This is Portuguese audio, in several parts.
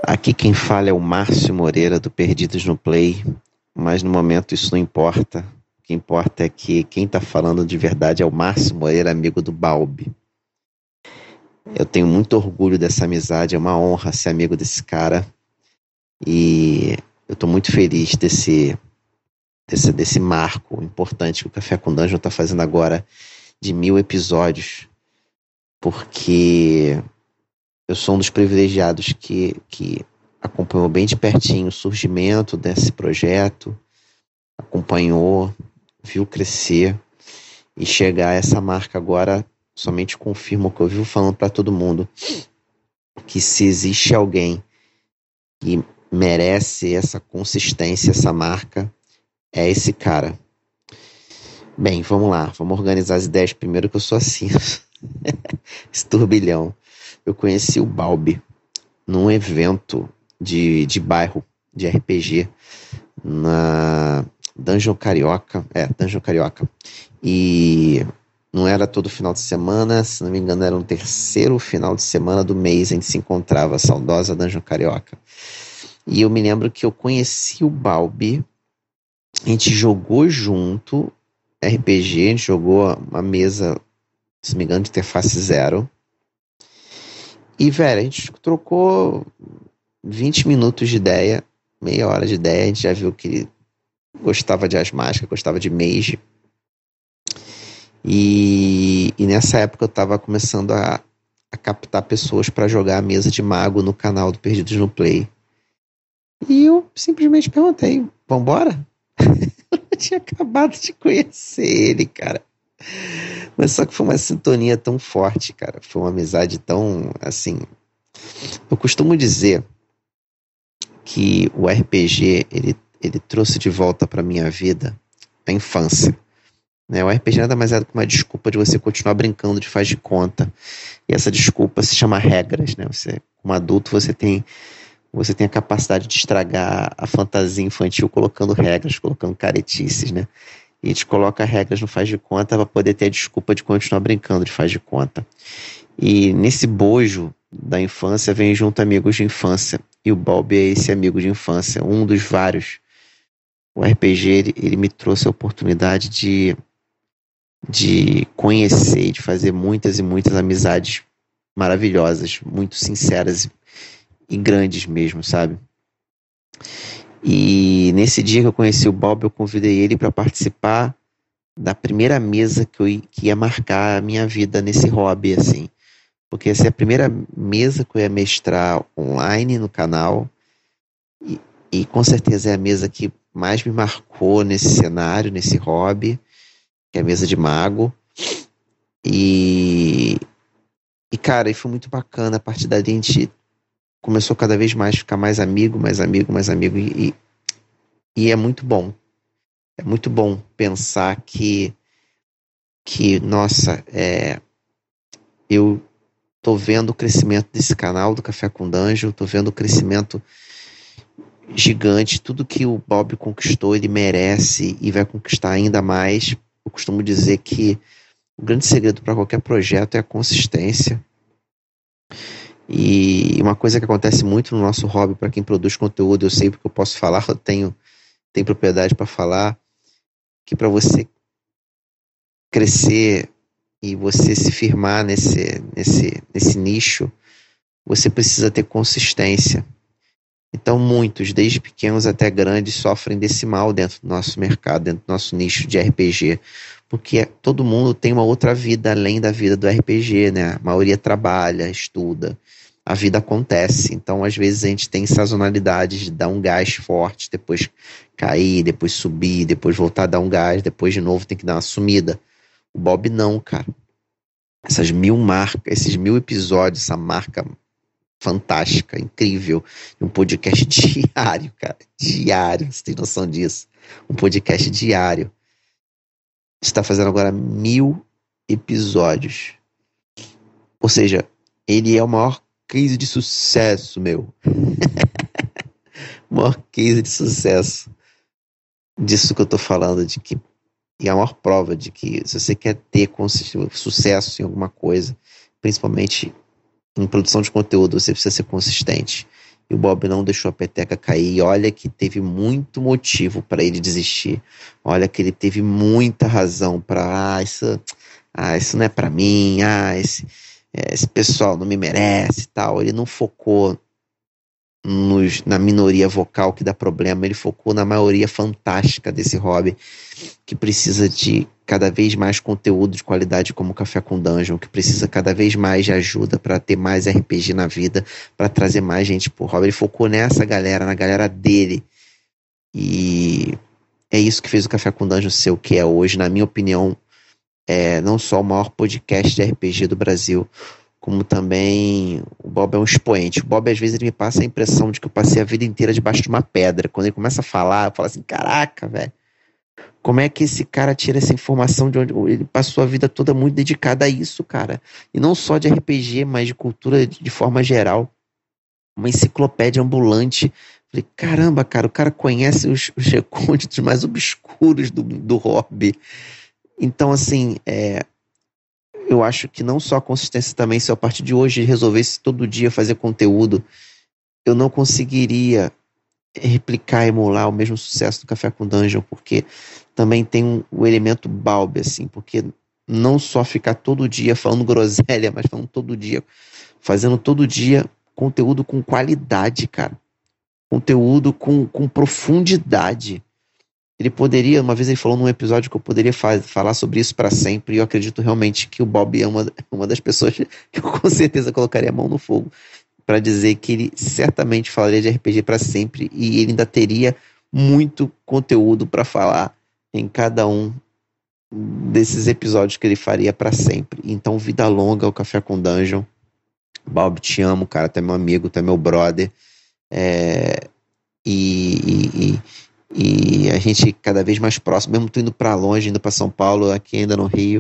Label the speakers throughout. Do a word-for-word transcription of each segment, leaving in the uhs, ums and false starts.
Speaker 1: Aqui quem fala é o Márcio Moreira do Perdidos no Play, mas no momento isso não importa. O que importa é que quem está falando de verdade é o Márcio Moreira, amigo do Balbi. Eu tenho muito orgulho dessa amizade, é uma honra ser amigo desse cara e eu estou muito feliz desse, desse, desse marco importante que o Café com Dungeon está fazendo agora de mil episódios, porque eu sou um dos privilegiados que, que acompanhou bem de pertinho o surgimento desse projeto, acompanhou, viu crescer e chegar a essa marca agora. Somente confirmo o que eu vivo falando para todo mundo, que se existe alguém que merece essa consistência, essa marca, é esse cara. Bem, vamos lá, vamos organizar as ideias primeiro, que eu sou assim, esse turbilhão. Eu conheci o Balbi num evento de, de bairro, de R P G, na Dungeon Carioca, é, Dungeon Carioca, e não era todo final de semana, se não me engano era no terceiro final de semana do mês, a gente se encontrava, a saudosa Dungeon Carioca. E eu me lembro que eu conheci o Balbi, a gente jogou junto R P G, a gente jogou uma mesa, se não me engano, de interface zero. E, velho, a gente trocou vinte minutos de ideia, meia hora de ideia, a gente já viu que ele gostava de Asmática, gostava de Mage. E, e nessa época eu tava começando a, a captar pessoas para jogar a mesa de mago no canal do Perdidos no Play. E eu simplesmente perguntei, vambora? Eu tinha acabado de conhecer ele, cara. Mas só que foi uma sintonia tão forte, cara. Foi uma amizade tão, assim... Eu costumo dizer que o R P G, ele, ele trouxe de volta pra minha vida a infância. Né? O R P G nada mais é do que uma desculpa de você continuar brincando de faz de conta. E essa desculpa se chama regras, né? Você, como adulto, você tem, você tem a capacidade de estragar a fantasia infantil colocando regras, colocando caretices, né? E a gente coloca regras no faz de conta para poder ter a desculpa de continuar brincando de faz de conta. E nesse bojo da infância vem junto amigos de infância. E o Balbi é esse amigo de infância, um dos vários. O R P G, ele, ele me trouxe a oportunidade de, de conhecer e de fazer muitas e muitas amizades maravilhosas, muito sinceras e, e grandes mesmo, sabe? E nesse dia que eu conheci o Balbi, eu convidei ele para participar da primeira mesa que, eu, que ia marcar a minha vida nesse hobby, assim. Porque essa é a primeira mesa que eu ia mestrar online no canal. E, e com certeza é a mesa que mais me marcou nesse cenário, nesse hobby, que é a mesa de mago. E, e cara, e foi muito bacana. A partir dali a gente começou cada vez mais a ficar mais amigo, mais amigo, mais amigo. E, e é muito bom. É muito bom pensar que, que nossa, é, eu tô vendo o crescimento desse canal do Café com Dungeon, tô vendo o crescimento gigante. Tudo que o Balbi conquistou, ele merece e vai conquistar ainda mais. Eu costumo dizer que o grande segredo para qualquer projeto é a consistência. E uma coisa que acontece muito no nosso hobby, para quem produz conteúdo, eu sei porque eu posso falar, eu tenho, tenho propriedade para falar, que para você crescer e você se firmar nesse, nesse, nesse nicho, você precisa ter consistência. Então muitos, desde pequenos até grandes, sofrem desse mal dentro do nosso mercado, dentro do nosso nicho de R P G, porque todo mundo tem uma outra vida além da vida do R P G, né? A maioria trabalha, estuda, a vida acontece. Então às vezes a gente tem sazonalidade de dar um gás forte, depois cair, depois subir, depois voltar a dar um gás, depois de novo tem que dar uma sumida. O Balbi não, cara. Essas mil marcas, esses mil episódios, essa marca fantástica, incrível, um podcast diário, cara, diário, você tem noção disso? Um podcast diário. Está fazendo agora mil episódios. Ou seja, ele é o maior case de sucesso, meu. O maior case de sucesso. Disso que eu tô falando, de que e a maior prova de que se você quer ter sucesso em alguma coisa, principalmente em produção de conteúdo, você precisa ser consistente. e o Bob não deixou a peteca cair. E olha que teve muito motivo para ele desistir. Olha que ele teve muita razão para, ah, isso, ah, isso não é para mim, ah, esse, esse pessoal não me merece e tal. Ele não focou nos, na minoria vocal que dá problema, ele focou na maioria fantástica desse hobby, que precisa de cada vez mais conteúdo de qualidade como Café com Dungeon, que precisa cada vez mais de ajuda para ter mais R P G na vida, para trazer mais gente pro hobby. Ele focou nessa galera, na galera dele, e é isso que fez o Café com Dungeon ser o que é hoje. Na minha opinião, é não só o maior podcast de R P G do Brasil, como também o Bob é um expoente. O Bob, às vezes, ele me passa a impressão de que eu passei a vida inteira debaixo de uma pedra. Quando ele começa a falar, eu falo assim, caraca, velho, como é que esse cara tira essa informação de onde ele passou a vida toda muito dedicada a isso, cara? E não só de R P G, mas de cultura de, de forma geral. Uma enciclopédia ambulante. Falei, caramba, cara, o cara conhece os, os recônditos mais obscuros do, do hobby. Então, assim, é... eu acho que não só a consistência também, se eu a partir de hoje resolvesse todo dia fazer conteúdo, eu não conseguiria replicar, emular o mesmo sucesso do Café com Dungeon, porque também tem um, o elemento Balbi, assim, porque não só ficar todo dia falando groselha, mas falando todo dia, fazendo todo dia conteúdo com qualidade, cara. Conteúdo com, com profundidade. Ele poderia, uma vez ele falou num episódio que eu poderia fa- falar sobre isso para sempre, e eu acredito realmente que o Bob é uma, uma das pessoas que eu com certeza colocaria a mão no fogo para dizer que ele certamente falaria de R P G para sempre, e ele ainda teria muito conteúdo para falar em cada um desses episódios que ele faria para sempre. Então, vida longa ao Café com Dungeon. Bob, te amo, cara, tu é meu amigo, tu é meu brother, é... e... e, e E a gente cada vez mais próximo, mesmo tu indo pra longe, indo pra São Paulo, aqui ainda no Rio.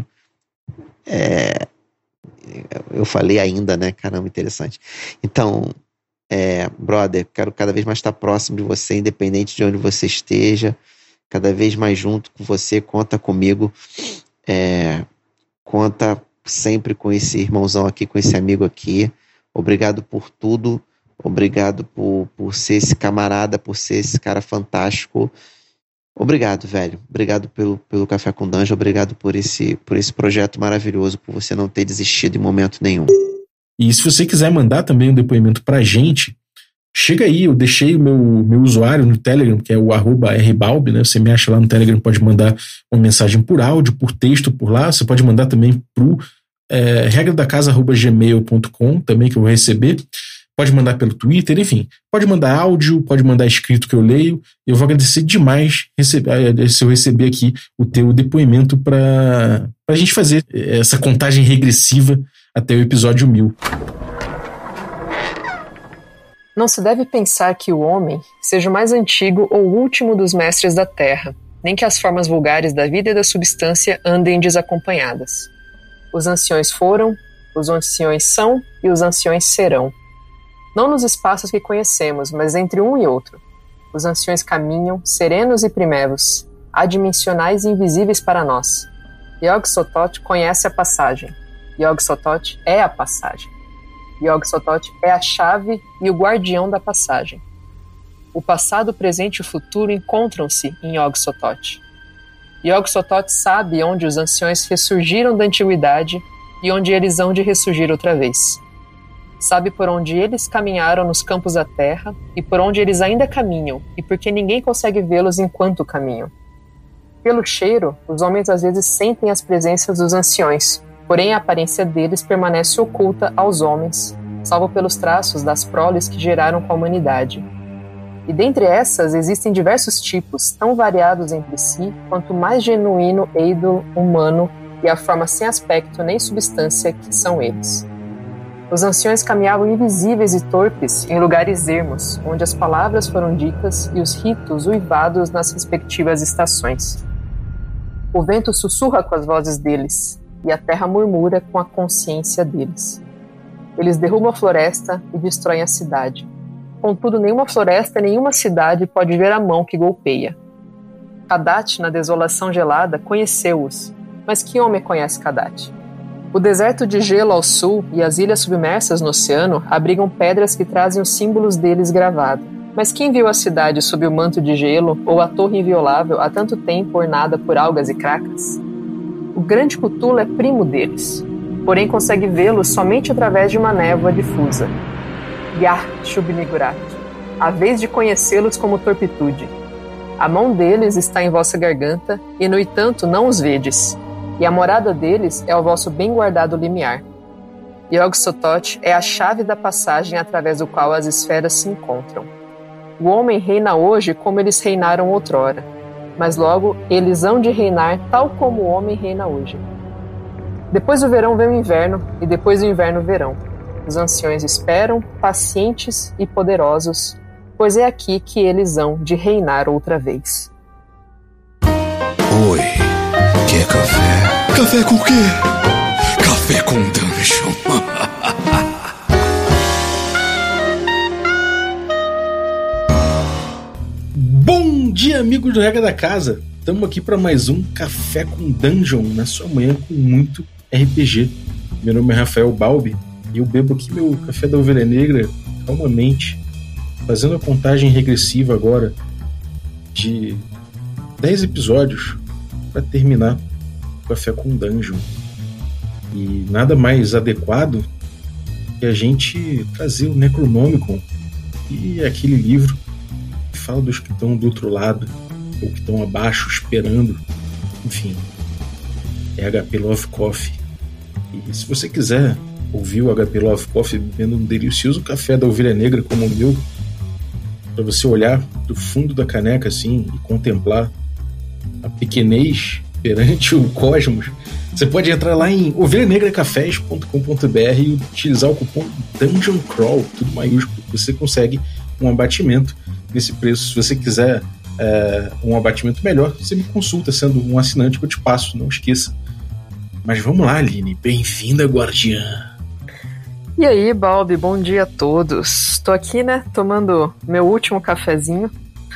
Speaker 1: É, eu falei ainda, né? Caramba, interessante. Então, é, brother, quero cada vez mais estar próximo de você, independente de onde você esteja, cada vez mais junto com você, conta comigo. É, conta sempre com esse irmãozão aqui, com esse amigo aqui. Obrigado por tudo. Obrigado por, por ser esse camarada, por ser esse cara fantástico. Obrigado, velho. Obrigado pelo, pelo Café com Dungeon. Obrigado por esse, por esse projeto maravilhoso, por você não ter desistido em momento nenhum.
Speaker 2: E se você quiser mandar também um depoimento pra gente, chega aí, eu deixei o meu, meu usuário no Telegram, que é o arroba rbalb, né? Você me acha lá no Telegram, pode mandar uma mensagem por áudio, por texto, por lá. Você pode mandar também pro é, regra da casa arroba gmail ponto com também, que eu vou receber. Pode mandar pelo Twitter, enfim. Pode mandar áudio, pode mandar escrito que eu leio. Eu vou agradecer demais receber, se eu receber aqui o teu depoimento para a gente fazer essa contagem regressiva até o episódio mil.
Speaker 3: Não se deve pensar que o homem seja o mais antigo ou o último dos mestres da terra, nem que as formas vulgares da vida e da substância andem desacompanhadas. Os anciões foram, os anciões são e os anciões serão. Não nos espaços que conhecemos, mas entre um e outro. Os anciões caminham, serenos e primevos, adimensionais e invisíveis para nós. Yog-Sothoth conhece a passagem. Yog-Sothoth é a passagem. Yog-Sothoth é a chave e o guardião da passagem. O passado, o presente e o futuro encontram-se em Yog-Sothoth. Yog-Sothoth sabe onde os anciões ressurgiram da antiguidade e onde eles hão de ressurgir outra vez. Sabe por onde eles caminharam nos campos da terra e por onde eles ainda caminham, e porque ninguém consegue vê-los enquanto caminham. Pelo cheiro, os homens às vezes sentem as presenças dos anciões, porém a aparência deles permanece oculta aos homens, salvo pelos traços das proles que geraram com a humanidade. E dentre essas existem diversos tipos, tão variados entre si, quanto mais genuíno e ídolo humano e a forma sem aspecto nem substância que são eles. Os anciões caminhavam invisíveis e torpes em lugares ermos, onde as palavras foram ditas e os ritos uivados nas respectivas estações. O vento sussurra com as vozes deles, e a terra murmura com a consciência deles. Eles derrubam a floresta e destroem a cidade. Contudo, nenhuma floresta, nenhuma cidade pode ver a mão que golpeia. Kadat, na desolação gelada, conheceu-os. Mas que homem conhece Kadat? O deserto de gelo ao sul e as ilhas submersas no oceano abrigam pedras que trazem os símbolos deles gravados. Mas quem viu a cidade sob o manto de gelo ou a torre inviolável há tanto tempo ornada por algas e cracas? O grande Cthulhu é primo deles, porém consegue vê-los somente através de uma névoa difusa. Yah Shub-Niggurath, a vez de conhecê-los como torpitude. A mão deles está em vossa garganta, e no entanto não os vedes, e a morada deles é o vosso bem guardado limiar. Yog-Sothoth é a chave da passagem através do qual as esferas se encontram. O homem reina hoje como eles reinaram outrora, mas logo eles hão de reinar tal como o homem reina hoje. Depois do verão vem o inverno, e depois do inverno o verão. Os anciões esperam, pacientes e poderosos, pois é aqui que eles hão de reinar outra vez.
Speaker 4: Oi, quer café? Café com o quê? Café com Dungeon.
Speaker 2: Bom dia, amigos do Regra da Casa. Estamos aqui para mais um Café com Dungeon, na sua manhã com muito R P G. Meu nome é Rafael Balbi e eu bebo aqui meu café da Ovelha Negra calmamente, fazendo a contagem regressiva agora de dez episódios para terminar o Café com Dungeon. E nada mais adequado que a gente trazer o Necronomicon, e é aquele livro que fala dos que estão do outro lado ou que estão abaixo esperando. Enfim, é H P Lovecraft. E se você quiser ouvir o H P Lovecraft bebendo um delicioso café da Ovelha Negra como o meu, para você olhar do fundo da caneca assim e contemplar a pequenez perante o cosmos, você pode entrar lá em ovelha negra cafés ponto com ponto b r e utilizar o cupom Dungeon Crawl, tudo maiúsculo, que você consegue um abatimento nesse preço. Se você quiser é, um abatimento melhor, você me consulta sendo um assinante que eu te passo, não esqueça. Mas vamos lá, Aline, bem-vinda, guardiã.
Speaker 3: E aí, Balbi, bom dia a todos. Tô aqui, né, tomando meu último cafezinho.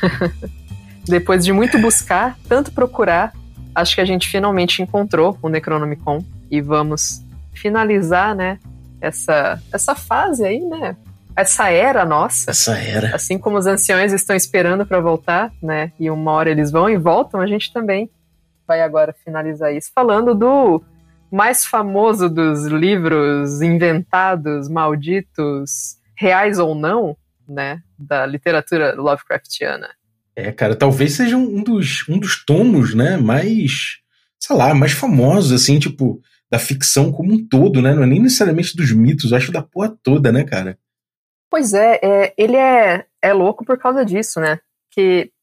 Speaker 3: Depois de muito buscar, tanto procurar, acho que a gente finalmente encontrou o Necronomicon e vamos finalizar, né, essa, essa fase aí, né, essa era nossa.
Speaker 2: Essa era.
Speaker 3: Assim como os anciões estão esperando para voltar, né, e uma hora eles vão e voltam, a gente também vai agora finalizar isso, falando do mais famoso dos livros inventados, malditos, reais ou não, né, da literatura Lovecraftiana.
Speaker 2: É, cara, talvez seja um dos, um dos tomos, né, mais, sei lá, mais famosos, assim, tipo, da ficção como um todo, né, não é nem necessariamente dos mitos, eu acho da porra toda, né, cara?
Speaker 3: Pois é, é ele é, é louco por causa disso, né, que,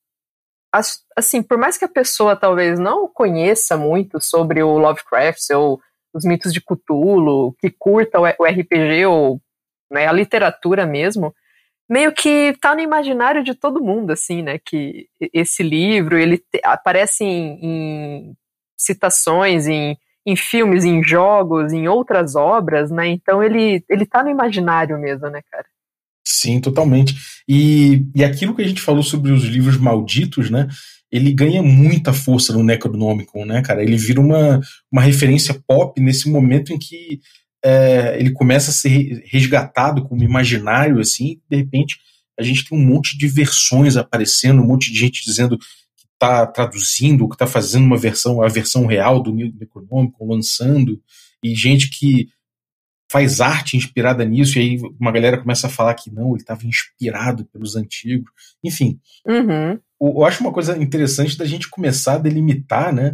Speaker 3: assim, por mais que a pessoa talvez não conheça muito sobre o Lovecraft ou os mitos de Cthulhu, que curta o R P G ou, né, a literatura mesmo, meio que tá no imaginário de todo mundo, assim, né, que esse livro, ele te, aparece em, em citações, em, em filmes, em jogos, em outras obras, né, então ele, ele tá no imaginário mesmo, né, cara?
Speaker 2: Sim, totalmente. E, e aquilo que a gente falou sobre os livros malditos, né, ele ganha muita força no Necronomicon, né, cara? Ele vira uma, uma referência pop nesse momento em que é, ele começa a ser resgatado como imaginário, assim, de repente a gente tem um monte de versões aparecendo, um monte de gente dizendo que está traduzindo, que está fazendo uma versão, a versão real do Necronomicon, lançando, e gente que faz arte inspirada nisso, e aí uma galera começa a falar que não, ele estava inspirado pelos antigos. Enfim,
Speaker 3: uhum.
Speaker 2: eu acho uma coisa interessante da gente começar a delimitar, né,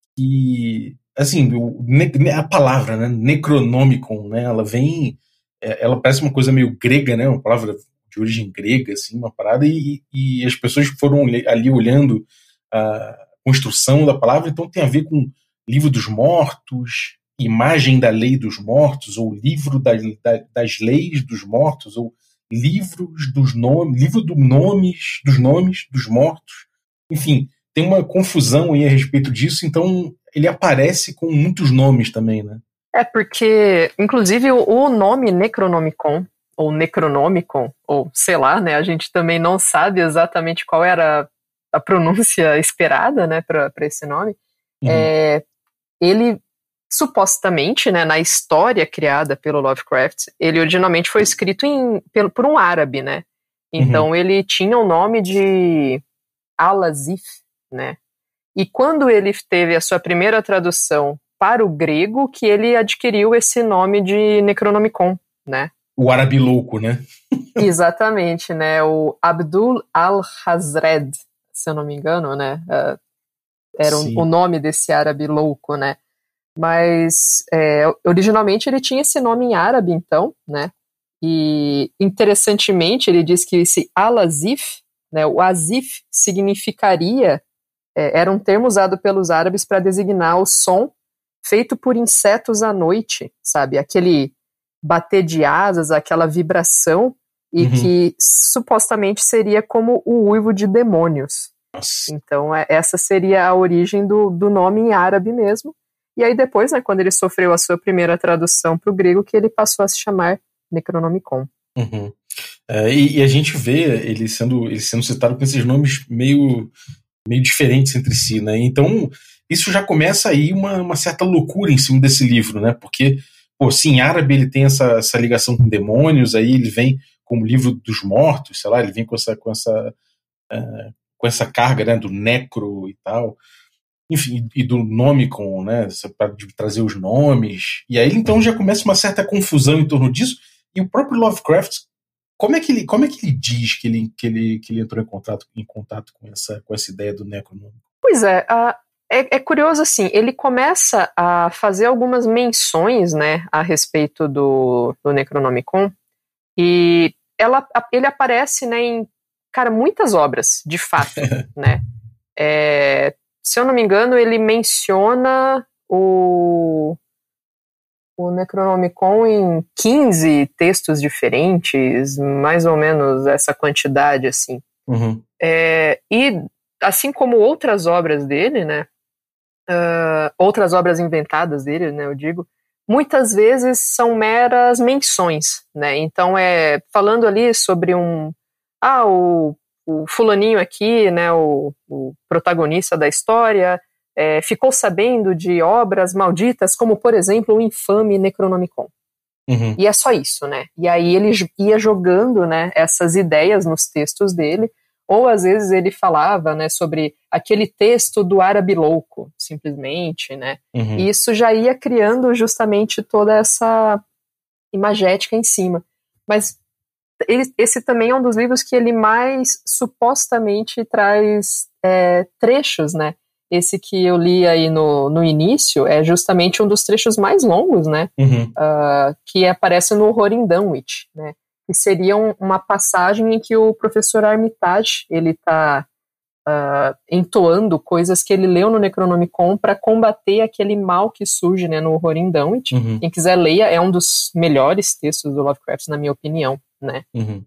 Speaker 2: que, assim, o, a palavra, né, Necronomicon, né, ela vem, ela parece uma coisa meio grega, né, uma palavra de origem grega, assim, uma parada, e, e as pessoas foram ali olhando a construção da palavra, então tem a ver com livro dos mortos, imagem da lei dos mortos, ou livro da, da, das leis dos mortos, ou livros dos nomes, livro do nomes, dos nomes dos mortos. Enfim, tem uma confusão aí a respeito disso, então ele aparece com muitos nomes também, né?
Speaker 3: É porque, inclusive, o nome Necronomicon, ou Necronomicon, ou sei lá, né, a gente também não sabe exatamente qual era a pronúncia esperada, né, para esse nome. Uhum. É, ele supostamente, né, na história criada pelo Lovecraft, ele originalmente foi escrito em, pelo, por um árabe, né? Então uhum. ele tinha o nome de Al-Azif, né? E quando ele teve a sua primeira tradução para o grego, que ele adquiriu esse nome de Necronomicon, né?
Speaker 2: O árabe louco, né?
Speaker 3: Exatamente, né? O Abdul al-Hazred, se eu não me engano, né? Uh, era um, o nome desse árabe louco, né? Mas é, originalmente ele tinha esse nome em árabe, então, né? E interessantemente ele diz que esse al-Azif, né? O Azif significaria, é, era um termo usado pelos árabes para designar o som feito por insetos à noite, sabe? Aquele bater de asas, aquela vibração, e uhum. que supostamente seria como o uivo de demônios. Nossa. Então é, essa seria a origem do, do nome em árabe mesmo. E aí depois, né, quando ele sofreu a sua primeira tradução para o grego, que ele passou a se chamar Necronomicon.
Speaker 2: Uhum. É, e, e a gente vê ele sendo, ele sendo citado com esses nomes meio, meio diferentes entre si, né? Então isso já começa aí uma, uma certa loucura em cima desse livro, né? Porque, pô, se em árabe ele tem essa, essa ligação com demônios, aí ele vem como livro dos mortos, sei lá, ele vem com essa, com essa, uh, com essa carga, né, do necro e tal. Enfim, e do Nomicon, né, para trazer os nomes, e aí então já começa uma certa confusão em torno disso, e o próprio Lovecraft, como é que ele, como é que ele diz que ele, que ele, que ele entrou em contato, em contato com, essa, com essa ideia do Necronomicon?
Speaker 3: Pois é, uh, é, é curioso assim, ele começa a fazer algumas menções, né, a respeito do, do Necronomicon, e ela, ele aparece, né, em, cara, muitas obras, de fato, né, é... Se eu não me engano, ele menciona o, o Necronomicon em quinze textos diferentes, mais ou menos essa quantidade, assim.
Speaker 2: Uhum.
Speaker 3: É, e, assim como outras obras dele, né, uh, outras obras inventadas dele, né, eu digo, muitas vezes são meras menções, né, então é falando ali sobre um, ah, o o fulaninho aqui, né, o, o protagonista da história, é, ficou sabendo de obras malditas, como, por exemplo, o infame Necronomicon.
Speaker 2: Uhum.
Speaker 3: E é só isso, né? E aí ele ia jogando, né, essas ideias nos textos dele, ou às vezes ele falava, né, sobre aquele texto do árabe louco, simplesmente, né?
Speaker 2: Uhum.
Speaker 3: E isso já ia criando justamente toda essa imagética em cima. Mas Ele, esse também é um dos livros que ele mais supostamente traz é, trechos, né? Esse que eu li aí no, no início é justamente um dos trechos mais longos, né?
Speaker 2: Uhum.
Speaker 3: Uh, que aparece no Horror in Dunwich, né? Que seria um, uma passagem em que o professor Armitage, ele tá uh, entoando coisas que ele leu no Necronomicon para combater aquele mal que surge, né, no Horror in Dunwich.
Speaker 2: Uhum.
Speaker 3: Quem quiser leia, é um dos melhores textos do Lovecraft, na minha opinião. Né?
Speaker 2: Uhum.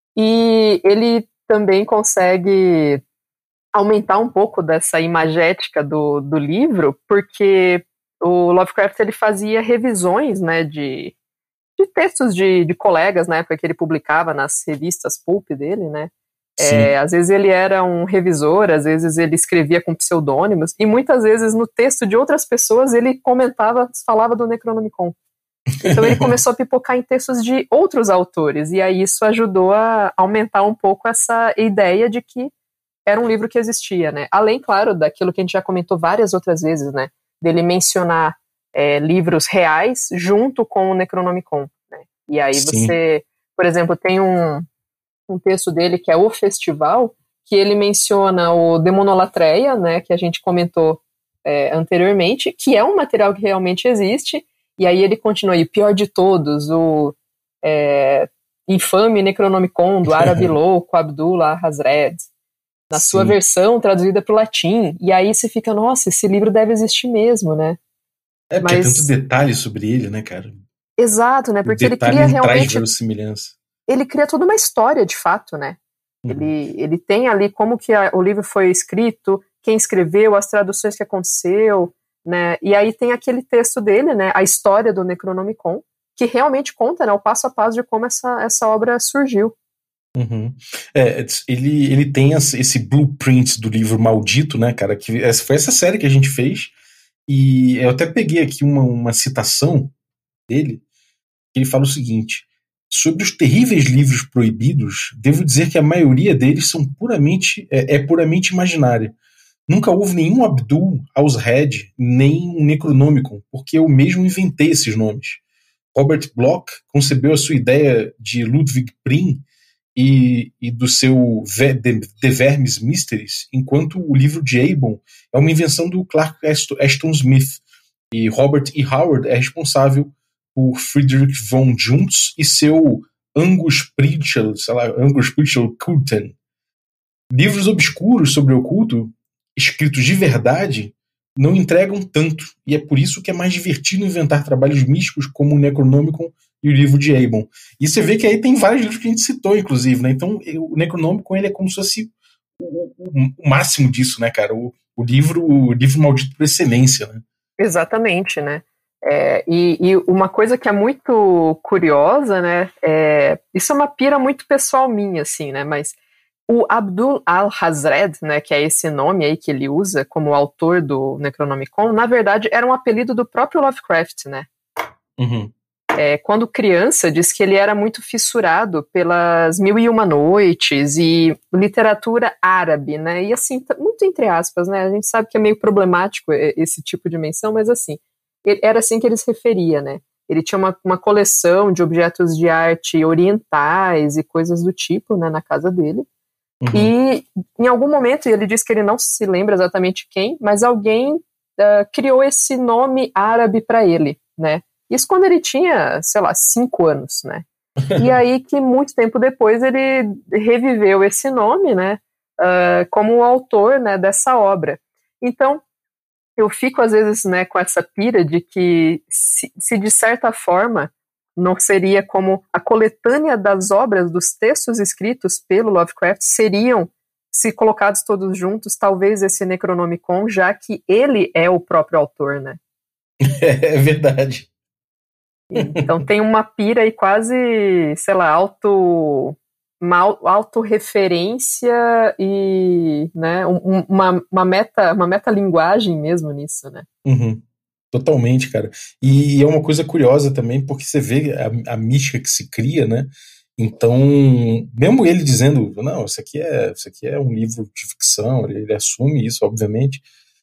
Speaker 3: E ele também consegue aumentar um pouco dessa imagética do, do livro, porque o Lovecraft ele fazia revisões, né, de, de textos de, de colegas na época que ele publicava nas revistas pulp dele, né? É, às vezes ele era um revisor, às vezes ele escrevia com pseudônimos, e muitas vezes no texto de outras pessoas ele comentava, falava do Necronomicon. Então ele começou a pipocar em textos de outros autores, e aí isso ajudou a aumentar um pouco essa ideia de que era um livro que existia, né? Além, claro, daquilo que a gente já comentou várias outras vezes, né? Dele mencionar é, livros reais junto com o Necronomicon, né? E aí
Speaker 2: Sim.
Speaker 3: você, por exemplo, tem um, um texto dele que é O Festival, que ele menciona o Demonolatreia, né? Que a gente comentou é, anteriormente, que é um material que realmente existe. E aí ele continua aí, pior de todos, o é, infame Necronomicon do árabe louco Abdul al-Hazred, na Sim. sua versão traduzida para o latim. E aí você fica, nossa, esse livro deve existir mesmo, né?
Speaker 2: É, porque Mas... é tanto detalhe sobre ele, né, cara?
Speaker 3: Exato, né? Porque
Speaker 2: o
Speaker 3: ele cria
Speaker 2: ele
Speaker 3: realmente...
Speaker 2: traz verossimilhança.
Speaker 3: Ele cria toda uma história, de fato, né? Uhum. Ele, ele tem ali como que a, o livro foi escrito, quem escreveu, as traduções que aconteceu... Né? E aí tem aquele texto dele, né, a história do Necronomicon, que realmente conta, né, o passo a passo de como essa, essa obra surgiu.
Speaker 2: Uhum. É, ele, ele tem esse blueprint do livro maldito, né, cara, que essa, foi essa série que a gente fez, E eu até peguei aqui uma, uma citação dele, que ele fala o seguinte: sobre os terríveis livros proibidos, devo dizer que a maioria deles são puramente, é, é puramente imaginária. Nunca houve nenhum Abdul al-Red, nem um Necronomicon, porque eu mesmo inventei esses nomes. Robert Bloch concebeu a sua ideia de Ludwig Prim e, e do seu The Vermes Mysteries, enquanto o livro de Aibon é uma invenção do Clark Ashton Smith, e Robert E. Howard é responsável por Friedrich von Junz e seu Angus Pritchell, sei lá, Angus Pritchell Culten. Livros obscuros sobre o oculto, escritos de verdade, não entregam tanto, e é por isso que é mais divertido inventar trabalhos místicos como o Necronomicon e o livro de Aibon. E você vê que aí tem vários livros que a gente citou, inclusive, né? Então o Necronomicon, ele é como se fosse o, o, o máximo disso, né, cara? O, o livro o livro maldito por excelência, né?
Speaker 3: Exatamente, né? É, e, e uma coisa que é muito curiosa, né? É, isso é uma pira muito pessoal minha, assim, né? Mas o Abdul al-Hazred, né, que é esse nome aí que ele usa como autor do Necronomicon, na verdade era um apelido do próprio Lovecraft, né?
Speaker 2: Uhum.
Speaker 3: É, quando criança, diz que ele era muito fissurado pelas Mil e Uma Noites e literatura árabe, né? E assim, muito entre aspas, né? A gente sabe que é meio problemático esse tipo de menção, mas assim, era assim que ele se referia, né? Ele tinha uma, uma coleção de objetos de arte orientais e coisas do tipo, né, na casa dele. Uhum. E em algum momento, ele disse que ele não se lembra exatamente quem, mas alguém uh, criou esse nome árabe para ele, né? Isso quando ele tinha, sei lá, cinco anos, né? E aí que muito tempo depois ele reviveu esse nome, né? Uh, como o autor, né, dessa obra. Então, eu fico às vezes, né, com essa pira de que se, se de certa forma não seria como a coletânea das obras, dos textos escritos pelo Lovecraft, seriam, se colocados todos juntos, talvez esse Necronomicon, já que ele é o próprio autor, né?
Speaker 2: É verdade.
Speaker 3: Então tem uma pira aí quase, sei lá, auto, uma autorreferência e, né, uma, uma, meta, uma metalinguagem mesmo nisso, né?
Speaker 2: Uhum. Totalmente, cara. E é uma coisa curiosa também, porque você vê a, a mística que se cria, né? Então, mesmo ele dizendo, não, isso aqui é, isso aqui é um livro de ficção, ele, ele assume isso, obviamente,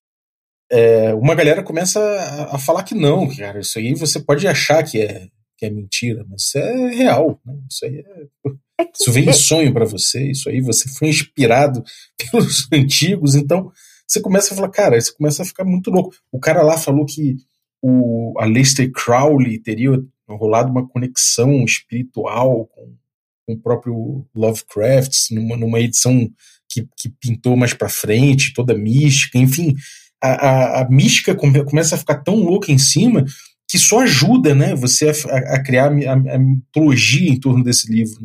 Speaker 2: é, uma galera começa a, a falar que não, cara, isso aí você pode achar que é, que é mentira, mas isso é real, né? Isso aí é... é que, isso vem é... em sonho pra você, isso aí você foi inspirado pelos antigos, então... Você começa a falar, cara, você começa a ficar muito louco. O cara lá falou que o, a Aleister Crowley teria rolado uma conexão espiritual com, com o próprio Lovecraft, numa, numa edição que, que pintou mais pra frente, toda mística, enfim. A, a, a mística come, começa a ficar tão louca em cima que só ajuda, né, você a, a criar a, a mitologia em torno desse livro.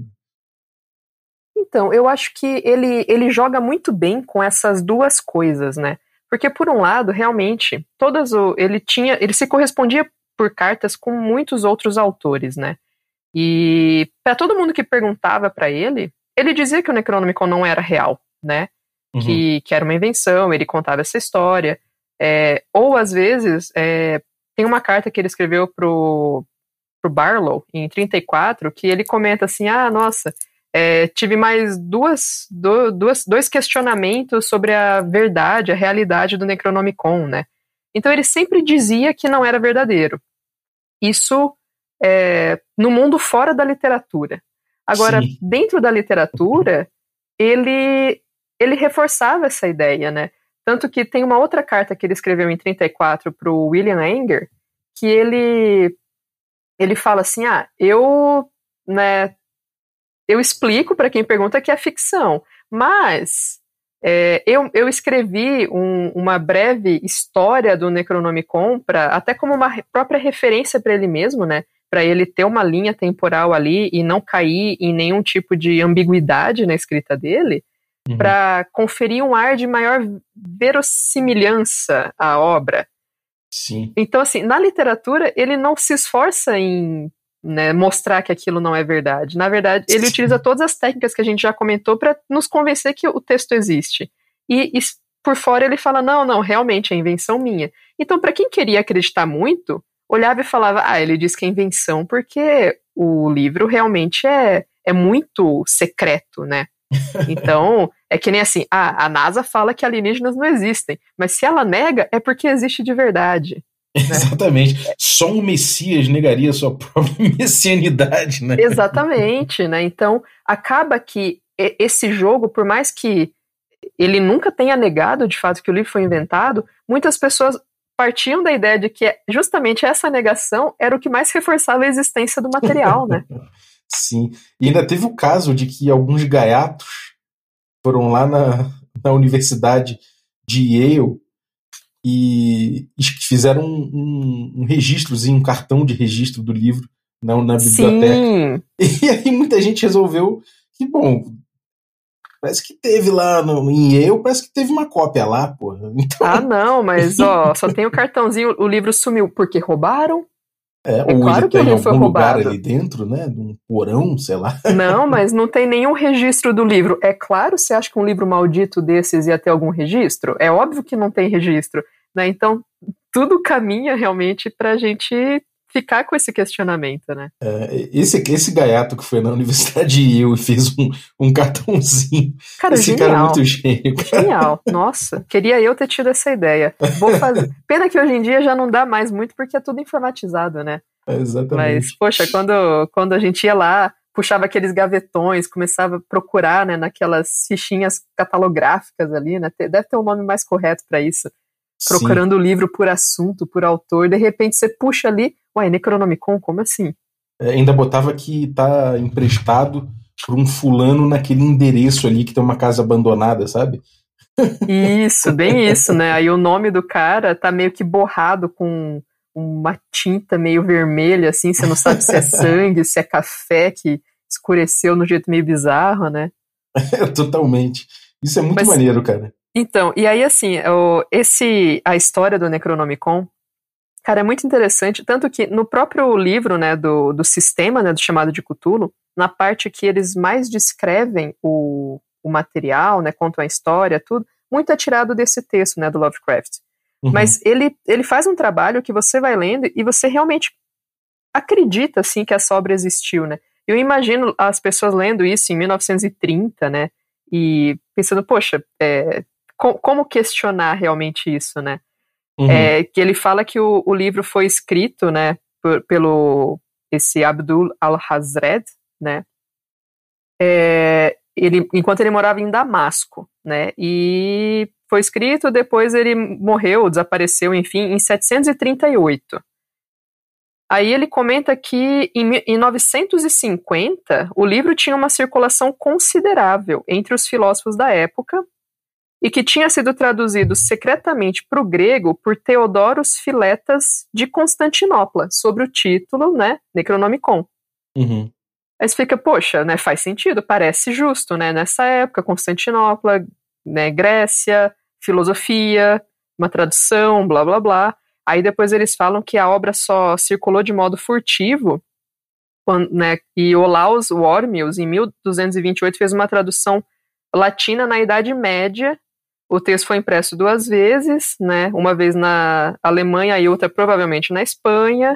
Speaker 3: Então, eu acho que ele, ele joga muito bem com essas duas coisas, né? Porque, por um lado, realmente, todas o, ele tinha, ele se correspondia por cartas com muitos outros autores, né? E para todo mundo que perguntava para ele, ele dizia que o Necronomicon não era real, né? Uhum. Que, que era uma invenção, ele contava essa história. É, ou, às vezes, é, tem uma carta que ele escreveu pro, pro Barlow, em trinta e quatro, que ele comenta assim, ah, nossa... É, tive mais duas, do, duas, dois questionamentos sobre a verdade, a realidade do Necronomicon, né? Então ele sempre dizia que não era verdadeiro. Isso é, no mundo fora da literatura. Agora, Sim. dentro da literatura, ele, ele reforçava essa ideia, né? Tanto que tem uma outra carta que ele escreveu em trinta e quatro para o William Anger, que ele, ele fala assim, ah, eu... né, eu explico para quem pergunta que é ficção, mas é, eu, eu escrevi um, uma breve história do Necronomicon, pra, até como uma própria referência para ele mesmo, né, para ele ter uma linha temporal ali e não cair em nenhum tipo de ambiguidade na escrita dele, uhum. para conferir um ar de maior verossimilhança à obra.
Speaker 2: Sim.
Speaker 3: Então, assim, na literatura, ele não se esforça em... né, mostrar que aquilo não é verdade. Na verdade, ele Sim. utiliza todas as técnicas que a gente já comentou para nos convencer que o texto existe. E, e por fora ele fala, não, não, realmente é invenção minha. Então, para quem queria acreditar muito, olhava e falava, ah, ele diz que é invenção porque o livro realmente é, é muito secreto, né? Então, é que nem assim, ah, a NASA fala que alienígenas não existem, mas se ela nega, é porque existe de verdade. Né?
Speaker 2: Exatamente. Só um Messias negaria sua própria messianidade, né?
Speaker 3: Exatamente, né? Então, acaba que esse jogo, por mais que ele nunca tenha negado de fato que o livro foi inventado, muitas pessoas partiam da ideia de que justamente essa negação era o que mais reforçava a existência do material, né?
Speaker 2: Sim. E ainda teve o caso de que alguns gaiatos foram lá na, na Universidade de Yale e fizeram um, um, um registrozinho, um cartão de registro do livro na, na biblioteca. Sim. E aí muita gente resolveu que, bom, parece que teve lá no, em Yale, parece que teve uma cópia lá, porra. Então...
Speaker 3: Ah, não, mas ó, só tem o cartãozinho, o livro sumiu porque roubaram?
Speaker 2: É,
Speaker 3: é
Speaker 2: ou
Speaker 3: claro
Speaker 2: ele
Speaker 3: que
Speaker 2: tá
Speaker 3: o livro
Speaker 2: em
Speaker 3: foi
Speaker 2: algum lugar
Speaker 3: roubado
Speaker 2: ali dentro, né? De um porão, sei lá.
Speaker 3: Não, mas não tem nenhum registro do livro. É claro, você acha que um livro maldito desses ia ter algum registro? É óbvio que não tem registro, né? Então, tudo caminha realmente pra gente ficar com esse questionamento, né?
Speaker 2: É, esse, esse gaiato que foi na Universidade de Yale e fez um, um cartãozinho.
Speaker 3: Cara,
Speaker 2: esse
Speaker 3: genial.
Speaker 2: cara é muito gênio. Cara.
Speaker 3: Genial. Nossa, queria eu ter tido essa ideia. Vou fazer. Pena que hoje em dia já não dá mais muito porque é tudo informatizado, né?
Speaker 2: É, exatamente.
Speaker 3: Mas, poxa, quando, quando a gente ia lá, puxava aqueles gavetões, começava a procurar, né, naquelas fichinhas catalográficas ali, né? Deve ter um nome mais correto para isso. Procurando o livro por assunto, por autor, de repente você puxa ali, ué, Necronomicon, como assim?
Speaker 2: É, ainda botava que tá emprestado por um fulano naquele endereço ali que tem uma casa abandonada, sabe?
Speaker 3: Isso, bem isso, né? Aí o nome do cara tá meio que borrado com uma tinta meio vermelha, assim, você não sabe se é sangue, se é café que escureceu no jeito meio bizarro, né?
Speaker 2: É, totalmente. Isso é muito
Speaker 3: Mas,
Speaker 2: maneiro, cara.
Speaker 3: Então, e aí assim, o, esse, a história do Necronomicon, cara, é muito interessante, tanto que no próprio livro, né, do, do sistema, né, do chamado de Cthulhu, na parte que eles mais descrevem o, o material, né, contam a história, tudo, muito é tirado desse texto, né, do Lovecraft. Uhum. Mas ele, ele faz um trabalho que você vai lendo e você realmente acredita, assim, que essa obra existiu, né. Eu imagino as pessoas lendo isso em mil novecentos e trinta, né, e pensando, poxa, é, co- como questionar realmente isso, né. Uhum. É, que ele fala que o, o livro foi escrito, né, por, pelo esse Abdul al-Hazred, né, é, ele, enquanto ele morava em Damasco, né, e foi escrito, depois ele morreu, desapareceu, enfim, em setecentos e trinta e oito. Aí ele comenta que em, em novecentos e cinquenta o livro tinha uma circulação considerável entre os filósofos da época, e que tinha sido traduzido secretamente para o grego por Theodoros Filetas de Constantinopla, sob o título, né, Necronomicon.
Speaker 2: Uhum.
Speaker 3: Aí você fica, poxa, né, faz sentido, parece justo, né, nessa época, Constantinopla, né, Grécia, filosofia, uma tradução, blá, blá, blá. Aí depois eles falam que a obra só circulou de modo furtivo, quando, né, e Olaus Wormius, em mil duzentos e vinte e oito, fez uma tradução latina na Idade Média. O texto foi impresso duas vezes, né, uma vez na Alemanha e outra provavelmente na Espanha,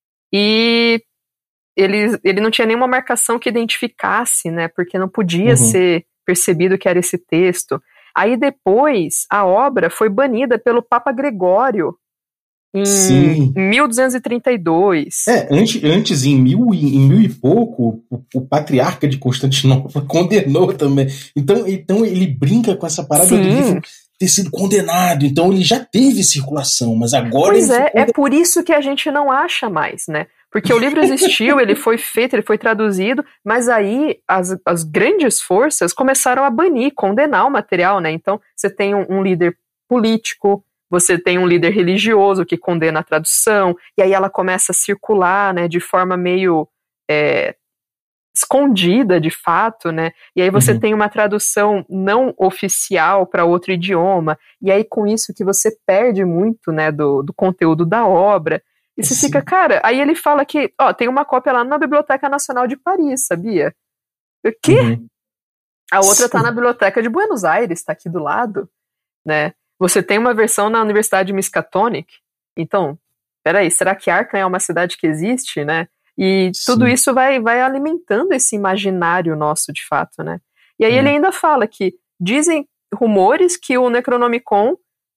Speaker 3: e ele, ele não tinha nenhuma marcação que identificasse, né, porque não podia uhum. ser percebido que era esse texto. Aí depois a obra foi banida pelo Papa Gregório em
Speaker 2: Sim.
Speaker 3: mil duzentos e trinta e dois.
Speaker 2: É, antes, antes em, mil, em mil e pouco, o, o patriarca de Constantinopla condenou também. Então, então ele brinca com essa parada
Speaker 3: Sim.
Speaker 2: do livro ter sido condenado. Então ele já teve circulação, mas agora
Speaker 3: pois
Speaker 2: ele
Speaker 3: é, é por isso que a gente não acha mais, né? Porque o livro existiu, ele foi feito, ele foi traduzido, mas aí as, as grandes forças começaram a banir, condenar o material, né? Então você tem um, um líder político, você tem um líder religioso que condena a tradução, e aí ela começa a circular, né, de forma meio é, escondida, de fato, né, e aí você uhum. tem uma tradução não oficial para outro idioma, e aí com isso que você perde muito, né, do, do conteúdo da obra, e você Sim. fica, cara, aí ele fala que, ó, tem uma cópia lá na Biblioteca Nacional de Paris, sabia? O quê? Uhum. A outra Sim. tá na Biblioteca de Buenos Aires, tá aqui do lado, né. Você tem uma versão na Universidade de Miskatonic, Então, peraí, será que Arkham é uma cidade que existe, né? E
Speaker 2: Sim.
Speaker 3: tudo isso vai, vai alimentando esse imaginário nosso, de fato, né? E aí
Speaker 2: É.
Speaker 3: ele ainda fala que dizem rumores que o Necronomicon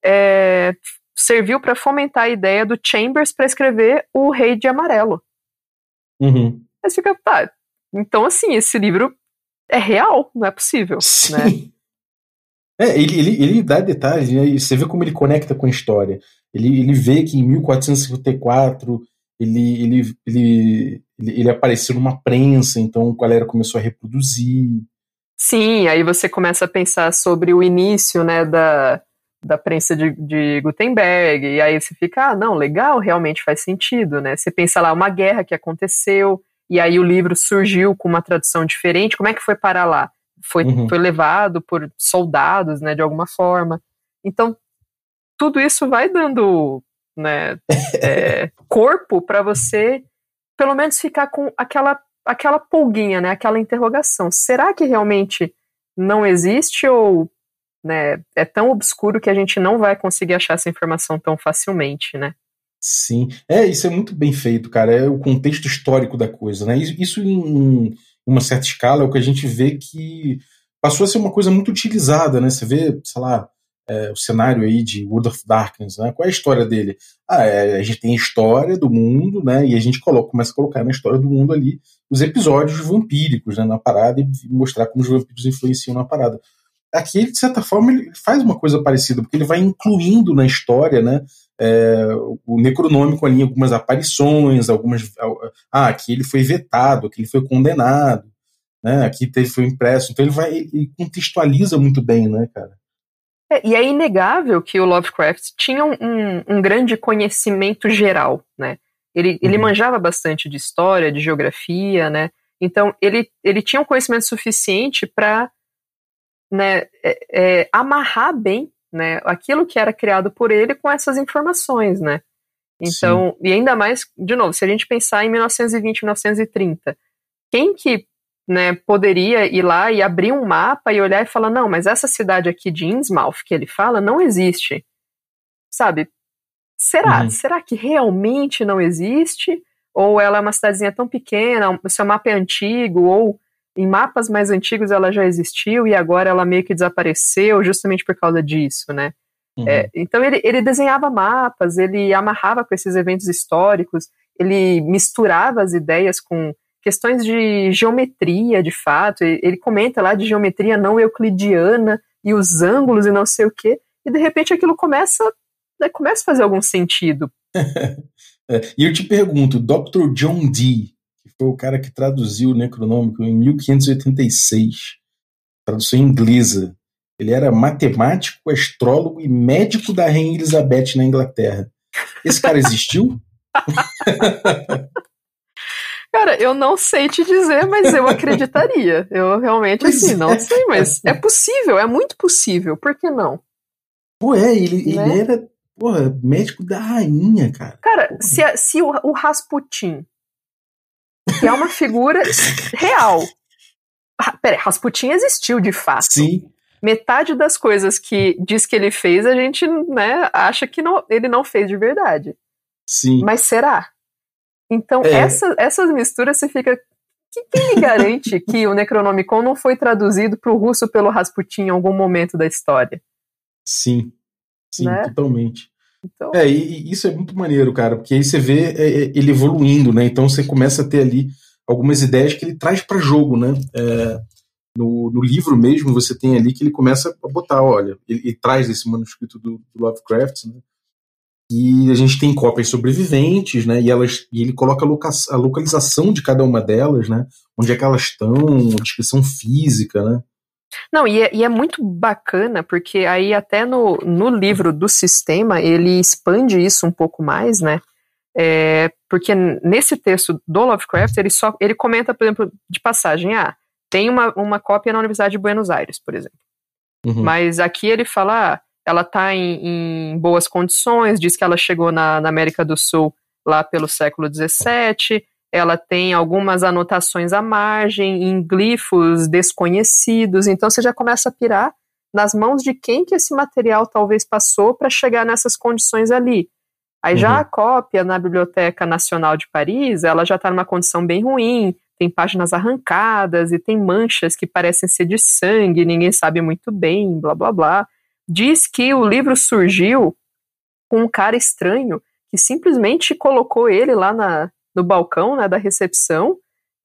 Speaker 3: é, serviu para fomentar a ideia do Chambers para escrever o Rei de Amarelo.
Speaker 2: Uhum.
Speaker 3: Aí você fica, tá, então assim, esse livro é real, não é possível,
Speaker 2: Sim.
Speaker 3: né?
Speaker 2: É, ele, ele, ele dá detalhes, né? E você vê como ele conecta com a história. Ele, ele vê que em mil quatrocentos e cinquenta e quatro ele, ele, ele, ele, ele apareceu numa prensa, então a galera começou a reproduzir.
Speaker 3: Sim, aí você começa a pensar sobre o início, né, da, da prensa de, de Gutenberg, e aí você fica, ah, não, legal, realmente faz sentido, né? Você pensa lá, uma guerra que aconteceu, e aí o livro surgiu com uma tradução diferente, como é que foi parar lá? Foi,
Speaker 2: Uhum.
Speaker 3: foi levado por soldados, né, de alguma forma. Então, tudo isso vai dando, né, é, corpo para você, pelo menos ficar com aquela, aquela pulguinha, né, aquela interrogação. Será que realmente não existe ou, né, é tão obscuro que a gente não vai conseguir achar essa informação tão facilmente, né?
Speaker 2: Sim. É, isso é muito bem feito, cara. É o contexto histórico da coisa, né? Isso, isso em, em uma certa escala é o que a gente vê que passou a ser uma coisa muito utilizada, né? Você vê, sei lá, é, o cenário aí de World of Darkness, né? Qual é a história dele? Ah, é, a gente tem a história do mundo, né? E a gente coloca, começa a colocar na história do mundo ali os episódios vampíricos, né, na parada e mostrar como os vampiros influenciam na parada. Aqui, de certa forma, ele faz uma coisa parecida, porque ele vai incluindo na história, né, é, o Necronômico ali, algumas aparições, algumas. Ah, aqui ele foi vetado, aqui ele foi condenado, né, aqui teve, foi impresso. Então ele vai, ele contextualiza muito bem, né, cara?
Speaker 3: É, e é inegável que o Lovecraft tinha um, um, um grande conhecimento geral, né? Ele, ele
Speaker 2: Uhum.
Speaker 3: manjava bastante de história, de geografia, né? Então ele, ele tinha um conhecimento suficiente para, né, é, é, amarrar bem, né, aquilo que era criado por ele com essas informações, né? Então, Sim. E ainda mais, de novo, se a gente pensar em mil novecentos e vinte, mil novecentos e trinta, quem que, né, poderia ir lá e abrir um mapa e olhar e falar, não, mas essa cidade aqui de Innsmouth que ele fala não existe, sabe? Será?
Speaker 2: Uhum.
Speaker 3: Será que realmente não existe? Ou ela é uma cidadezinha tão pequena, o seu mapa é antigo, ou em mapas mais antigos ela já existiu e agora ela meio que desapareceu justamente por causa disso, né?
Speaker 2: Uhum.
Speaker 3: É, então ele, ele desenhava mapas, ele amarrava com esses eventos históricos, ele misturava as ideias com questões de geometria, de fato. Ele comenta lá de geometria não euclidiana e os ângulos e não sei o quê, e de repente aquilo começa, né, começa a fazer algum sentido.
Speaker 2: É, e eu te pergunto, doutor John Dee, que foi o cara que traduziu o Necronômico em mil quinhentos e oitenta e seis, tradução inglesa, ele era matemático, astrólogo e médico da Rainha Elizabeth na Inglaterra. Esse cara existiu?
Speaker 3: Cara, eu não sei te dizer, mas eu acreditaria. Eu realmente,
Speaker 2: Pois
Speaker 3: assim,
Speaker 2: é,
Speaker 3: não sei, mas
Speaker 2: cara.
Speaker 3: é possível, é muito possível, por que não?
Speaker 2: Pô, é, ele,
Speaker 3: Né?
Speaker 2: ele era, porra, médico da rainha, cara.
Speaker 3: Cara, se, a- se o, o Rasputin, que é uma figura real. Ah, peraí, Rasputin existiu de fato.
Speaker 2: Sim.
Speaker 3: Metade das coisas que diz que ele fez, a gente, né, acha que não, ele não fez de verdade.
Speaker 2: Sim.
Speaker 3: Mas será? Então,
Speaker 2: É.
Speaker 3: essa, essas misturas você fica... Que, quem me garante que o Necronomicon não foi traduzido para o russo pelo Rasputin em algum momento da história?
Speaker 2: Sim. Sim,
Speaker 3: Né?
Speaker 2: totalmente.
Speaker 3: Então,
Speaker 2: É, e, e isso é muito maneiro, cara, porque aí você vê é, é, ele evoluindo, né? Então você começa a ter ali algumas ideias que ele traz para jogo, né? É, no, no livro mesmo você tem ali que ele começa a botar, olha, ele, ele traz esse manuscrito do, do Lovecraft, né? E a gente tem cópias sobreviventes, né? E, elas, e ele coloca a, loca, a localização de cada uma delas, né? Onde é que elas estão, descrição física, né?
Speaker 3: não, e é, e é muito bacana, porque aí até no, no livro do sistema ele expande isso um pouco mais, né? É, porque nesse texto do Lovecraft ele, só, ele comenta, por exemplo, de passagem, ah, tem uma, uma cópia na Universidade de Buenos Aires, por exemplo.
Speaker 2: Uhum.
Speaker 3: Mas aqui ele fala, ah, ela está em, em boas condições, diz que ela chegou na, na América do Sul lá pelo século dezessete, ela tem algumas anotações à margem, em glifos desconhecidos, então você já começa a pirar nas mãos de quem que esse material talvez passou para chegar nessas condições ali. Aí
Speaker 2: Uhum.
Speaker 3: já a cópia na Biblioteca Nacional de Paris, ela já está numa condição bem ruim, tem páginas arrancadas e tem manchas que parecem ser de sangue, ninguém sabe muito bem, blá blá blá. Diz que o livro surgiu com um cara estranho que simplesmente colocou ele lá na, no balcão, né, da recepção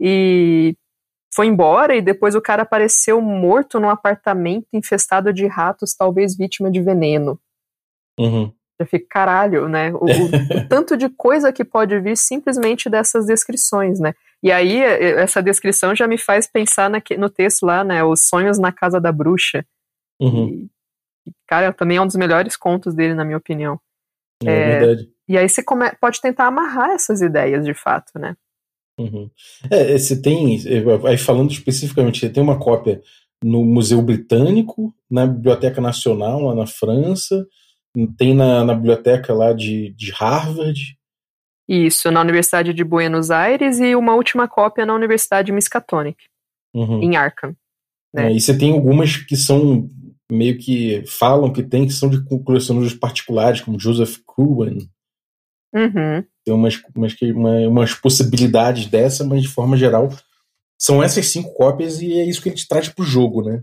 Speaker 3: e foi embora, e depois o cara apareceu morto num apartamento infestado de ratos, talvez vítima de veneno.
Speaker 2: Uhum.
Speaker 3: Já fica, caralho, né? O, o, o tanto de coisa que pode vir simplesmente dessas descrições, né? E aí, essa descrição já me faz pensar na, no texto lá, né? Os Sonhos na Casa da Bruxa.
Speaker 2: Uhum.
Speaker 3: E, cara, também é um dos melhores contos dele, na minha opinião.
Speaker 2: É, é verdade.
Speaker 3: E aí você come, pode tentar amarrar essas ideias, de fato, né?
Speaker 2: Uhum. É, você tem, aí falando especificamente, você tem uma cópia no Museu Britânico, na Biblioteca Nacional, lá na França, tem na, na biblioteca lá de, de Harvard.
Speaker 3: Isso, na Universidade de Buenos Aires, e uma última cópia na Universidade Miskatonic,
Speaker 2: uhum.
Speaker 3: em Arkham. Né?
Speaker 2: É, e você tem algumas que são, meio que falam que tem, que são de colecionadores particulares, como Joseph Cohen.
Speaker 3: Uhum.
Speaker 2: Tem umas, umas, umas possibilidades dessa, mas de forma geral são essas cinco cópias e é isso que ele te traz pro jogo, né?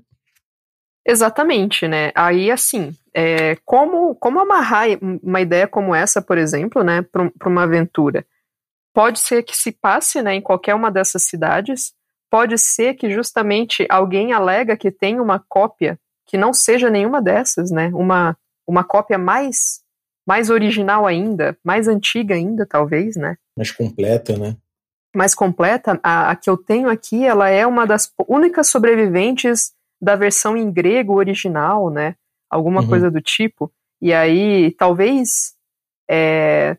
Speaker 3: Exatamente, né? Aí, assim, é, como, como amarrar uma ideia como essa, por exemplo, né, para uma aventura? Pode ser que se passe, né, em qualquer uma dessas cidades, pode ser que justamente alguém alega que tem uma cópia que não seja nenhuma dessas, né? Uma, uma cópia mais... mais original ainda, mais antiga ainda, talvez, né?
Speaker 2: Mais completa, né?
Speaker 3: Mais completa. A, a que eu tenho aqui, ela é uma das únicas sobreviventes da versão em grego original, né? Alguma
Speaker 2: uhum.
Speaker 3: coisa do tipo. E aí, talvez é,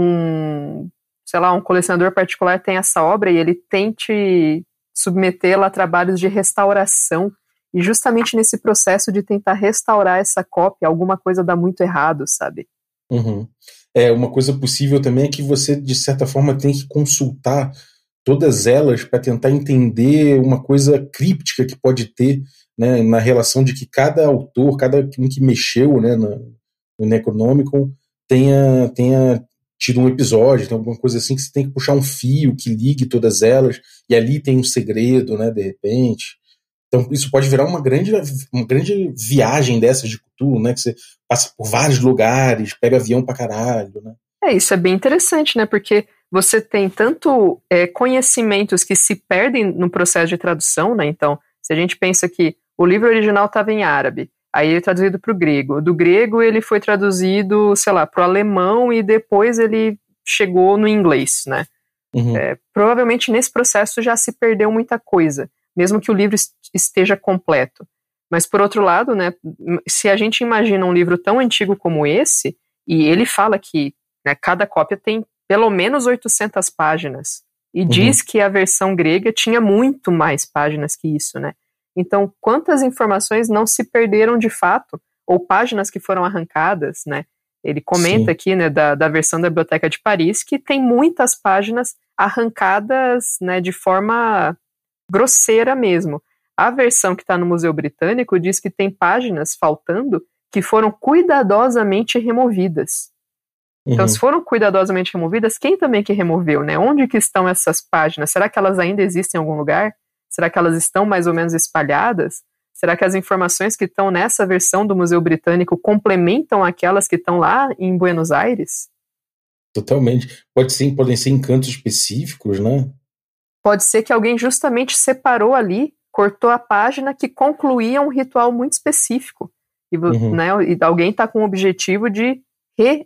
Speaker 3: um, sei lá, um colecionador particular tenha essa obra e ele tente submetê-la a trabalhos de restauração. E justamente nesse processo de tentar restaurar essa cópia, alguma coisa dá muito errado, sabe?
Speaker 2: Uhum. É, uma coisa possível também é que você, de certa forma, tem que consultar todas elas para tentar entender uma coisa críptica que pode ter, né, na relação de que cada autor, cada um que mexeu, né, no, no Necronomicon tenha, tenha tido um episódio, tem alguma coisa assim que você tem que puxar um fio que ligue todas elas, e ali tem um segredo, né, de repente. Então isso pode virar uma grande, uma grande viagem dessas de Cthulhu, né? Que você passa por vários lugares, pega avião pra caralho, né?
Speaker 3: É, isso é bem interessante, né? Porque você tem tanto é, conhecimentos que se perdem no processo de tradução, né? Então, se a gente pensa que o livro original estava em árabe, aí ele é traduzido para o grego. Do grego ele foi traduzido, sei lá, para o alemão e depois ele chegou no inglês, né?
Speaker 2: Uhum.
Speaker 3: É, provavelmente nesse processo já se perdeu muita coisa, mesmo que o livro esteja completo. Mas, por outro lado, né, se a gente imagina um livro tão antigo como esse, e ele fala que, né, cada cópia tem pelo menos oitocentas páginas, e
Speaker 2: uhum.
Speaker 3: diz que a versão grega tinha muito mais páginas que isso, né? Então, quantas informações não se perderam de fato, ou páginas que foram arrancadas, né? Ele comenta
Speaker 2: Sim.
Speaker 3: aqui, né, da, da versão da Biblioteca de Paris, que tem muitas páginas arrancadas, né, de forma grosseira mesmo. A versão que está no Museu Britânico diz que tem páginas faltando que foram cuidadosamente removidas.
Speaker 2: Uhum.
Speaker 3: Então, se foram cuidadosamente removidas, quem também que removeu, né? Onde que estão essas páginas? Será que elas ainda existem em algum lugar? Será que elas estão mais ou menos espalhadas? Será que as informações que estão nessa versão do Museu Britânico complementam aquelas que estão lá em Buenos Aires?
Speaker 2: Totalmente. Pode ser, podem ser encantos específicos, né?
Speaker 3: Pode ser que alguém justamente separou ali, cortou a página que concluía um ritual muito específico. E,
Speaker 2: uhum.
Speaker 3: né, e alguém está com o objetivo de re,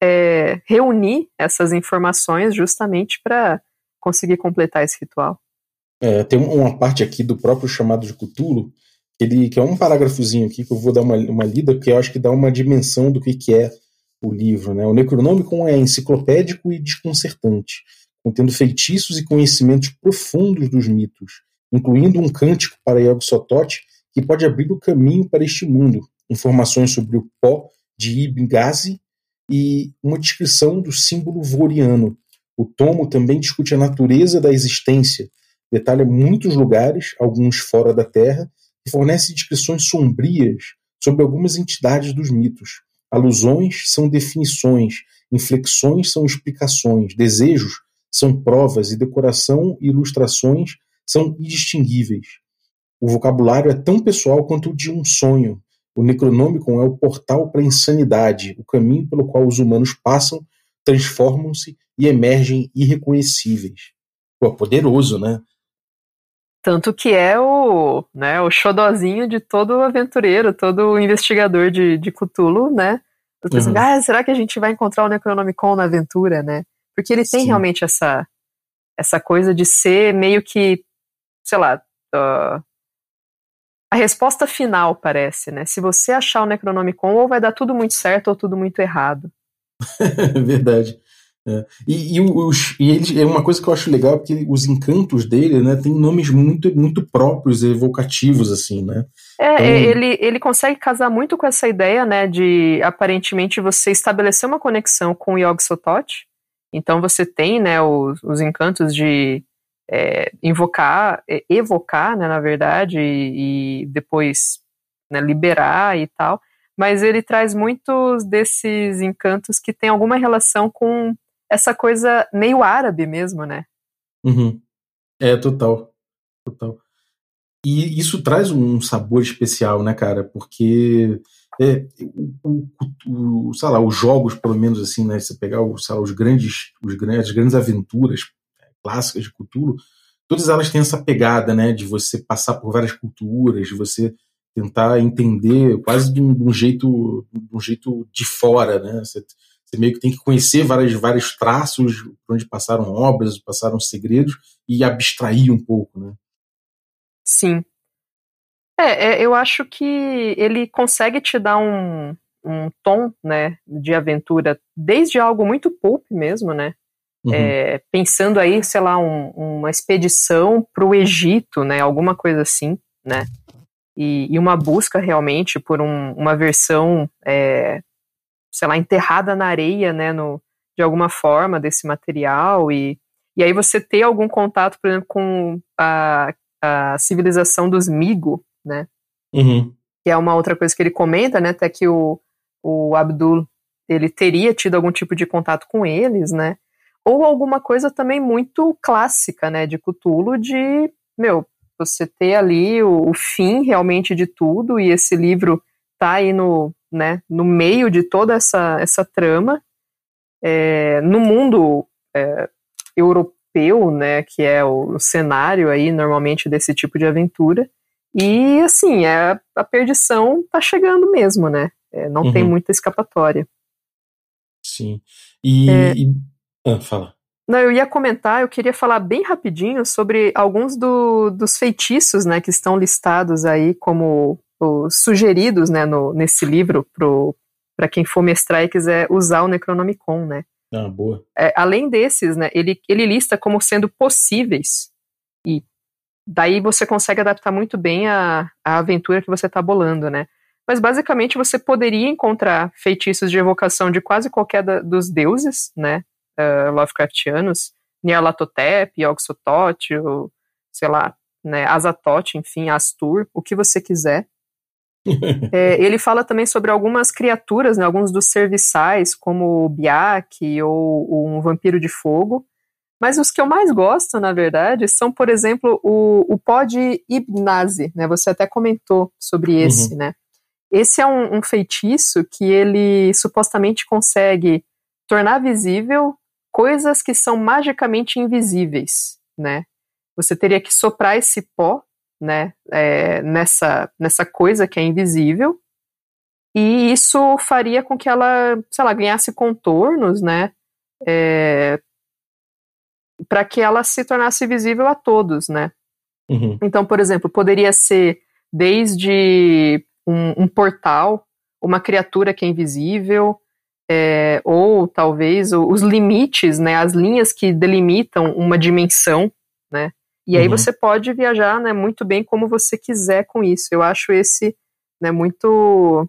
Speaker 3: é, reunir essas informações justamente para conseguir completar esse ritual.
Speaker 2: É, tem uma parte aqui do próprio Chamado de Cthulhu, ele, que é um parágrafozinho aqui que eu vou dar uma, uma lida, porque eu acho que dá uma dimensão do que, que é o livro, né? O Necronomicon é enciclopédico e desconcertante, contendo feitiços e conhecimentos profundos dos mitos, incluindo um cântico para Yog-Sothoth que pode abrir o caminho para este mundo, informações sobre o pó de Ibn Ghazi e uma descrição do símbolo voriano. O tomo também discute a natureza da existência, detalha muitos lugares, alguns fora da Terra, e fornece descrições sombrias sobre algumas entidades dos mitos, Alusões são definições, inflexões são explicações, desejos são provas e decoração e ilustrações são indistinguíveis. O vocabulário é tão pessoal quanto o de um sonho. O Necronomicon é o portal para a insanidade, o caminho pelo qual os humanos passam, transformam-se e emergem irreconhecíveis. Pô, poderoso, né?
Speaker 3: Tanto que é o, né, o xodozinho de todo aventureiro, todo investigador de, de Cthulhu, né? Eu pensei,
Speaker 2: Uhum.
Speaker 3: ah, será que a gente vai encontrar o Necronomicon na aventura, né? Porque ele tem
Speaker 2: Sim.
Speaker 3: realmente essa, essa coisa de ser meio que, sei lá, uh, a resposta final, parece, né? Se você achar o Necronomicon, ou vai dar tudo muito certo ou tudo muito errado.
Speaker 2: Verdade. É. E, e, os, e ele, é uma coisa que eu acho legal, porque os encantos dele, né, tem nomes muito, muito próprios e evocativos, assim, né?
Speaker 3: É,
Speaker 2: Então,
Speaker 3: ele, ele consegue casar muito com essa ideia, né, de aparentemente você estabelecer uma conexão com o Yog-Sothoth. Então você tem, né, os, os encantos de é, invocar, é, evocar, né, na verdade, e, e depois, né, liberar e tal. Mas ele traz muitos desses encantos que tem alguma relação com essa coisa meio árabe mesmo, né?
Speaker 2: uhum. É, total. Total. E isso traz um sabor especial, né, cara? Porque é, o, o, o, sei lá, os jogos, pelo menos assim, né? Você pegar o, sei lá, os grandes, os grandes, as grandes aventuras clássicas de Cthulhu, todas elas têm essa pegada, né? De você passar por várias culturas, de você tentar entender quase de um, de um jeito, de um jeito de fora, né? Você, você meio que tem que conhecer várias, vários traços por onde passaram obras, passaram segredos e abstrair um pouco, né?
Speaker 3: Sim. É, é, eu acho que ele consegue te dar um, um tom, né, de aventura, desde algo muito pulp mesmo, né?
Speaker 2: Uhum.
Speaker 3: É, pensando aí, sei lá, um, uma expedição para o Egito, né? Alguma coisa assim, né? E, e uma busca realmente por um, uma versão, é, sei lá, enterrada na areia, né? No, de alguma forma desse material e, e aí você ter algum contato, por exemplo, com a, a civilização dos Migo, né?
Speaker 2: Uhum.
Speaker 3: Que é uma outra coisa que ele comenta, né? Até que o, o Abdul, ele teria tido algum tipo de contato com eles, né? Ou alguma coisa também muito clássica, né? De Cthulhu, de, meu, você ter ali o, o fim realmente de tudo, e esse livro tá aí no, né, no meio de toda essa, essa trama, é, no mundo é, europeu, né? Que é o, o cenário aí, normalmente, desse tipo de aventura. E, assim, é, a perdição tá chegando mesmo, né? É, não
Speaker 2: Uhum.
Speaker 3: tem muita escapatória.
Speaker 2: Sim. E...
Speaker 3: É,
Speaker 2: e... Ah, fala.
Speaker 3: Não, eu ia comentar, eu queria falar bem rapidinho sobre alguns do, dos feitiços, né, que estão listados aí como os sugeridos, né, no, nesse livro para quem for mestrar e quiser usar o Necronomicon, né.
Speaker 2: Ah, boa.
Speaker 3: É, além desses, né, ele, ele lista como sendo possíveis, e daí você consegue adaptar muito bem a, a aventura que você está bolando, né. Mas basicamente você poderia encontrar feitiços de evocação de quase qualquer da, dos deuses, né, uh, Lovecraftianos, Nyarlathotep, Yog-Sothoth, ou, sei lá, né, Azathoth, enfim, Astur, o que você quiser. É, ele fala também sobre algumas criaturas, né, alguns dos serviçais, como o Biak ou um vampiro de fogo, mas os que eu mais gosto, na verdade, são, por exemplo, o, o pó de Ibnazi, né, você até comentou sobre esse,
Speaker 2: Uhum.
Speaker 3: né. Esse é um, um feitiço que ele supostamente consegue tornar visível coisas que são magicamente invisíveis, né? Você teria que soprar esse pó, né, é, nessa, nessa coisa que é invisível, e isso faria com que ela, sei lá, ganhasse contornos, né, é, para que ela se tornasse visível a todos, né?
Speaker 2: Uhum.
Speaker 3: Então, por exemplo, poderia ser desde um, um portal, uma criatura que é invisível, é, ou talvez os limites, né, as linhas que delimitam uma dimensão, né, e aí
Speaker 2: Uhum.
Speaker 3: você pode viajar, né, muito bem como você quiser com isso. Eu acho esse, né, muito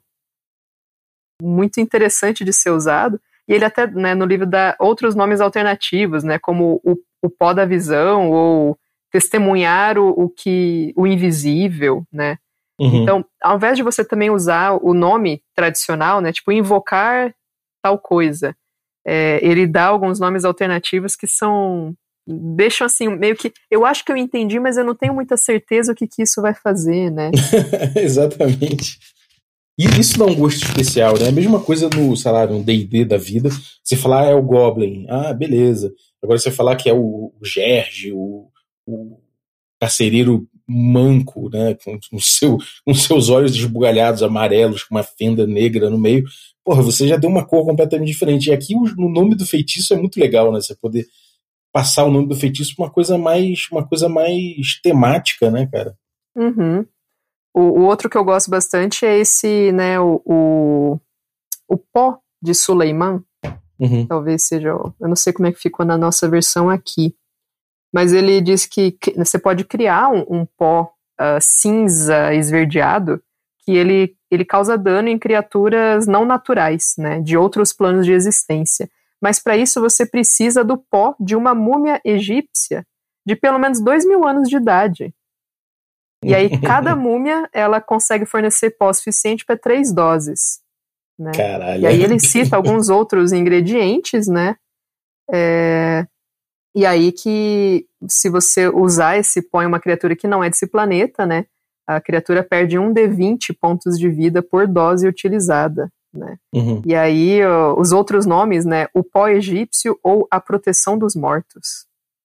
Speaker 3: muito interessante de ser usado, e ele até, né, no livro dá outros nomes alternativos, né, como o, o pó da visão, ou testemunhar o, o que o invisível, né. Uhum. Então, ao invés de você também usar o nome tradicional, né, tipo, invocar tal coisa, é, ele dá alguns nomes alternativos que são, deixam assim, meio que, eu acho que eu entendi, mas eu não tenho muita certeza o que, que isso vai fazer, né?
Speaker 2: Exatamente. E isso dá um gosto especial, né? A mesma coisa no, sei lá, no D e D da vida, você falar, ah, é o Goblin, ah, beleza. Agora você falar que é o, o Gerge, o, o carcereiro manco, né, com, com, seu, com seus olhos esbugalhados, amarelos, com uma fenda negra no meio, porra, você já deu uma cor completamente diferente. E aqui o, o nome do feitiço é muito legal, né, você poder passar o nome do feitiço para uma coisa mais, uma coisa mais temática, né, cara?
Speaker 3: Uhum. O, o outro que eu gosto bastante é esse, né, o, o, o pó de Suleiman, uhum. Talvez seja, eu não sei como é que ficou na nossa versão aqui, mas ele diz que você pode criar um, um pó uh, cinza esverdeado que ele, ele causa dano em criaturas não naturais, né, de outros planos de existência. Mas para isso você precisa do pó de uma múmia egípcia de pelo menos dois mil anos de idade. E aí cada múmia ela consegue fornecer pó suficiente para três doses. Né?
Speaker 2: Caralho.
Speaker 3: E aí ele cita alguns outros ingredientes, né? É... E aí que, se você usar esse pó em uma criatura que não é desse planeta, né, a criatura perde um D vinte pontos de vida por dose utilizada, né. Uhum. E aí, ó, os outros nomes, né, o pó egípcio ou a proteção dos mortos.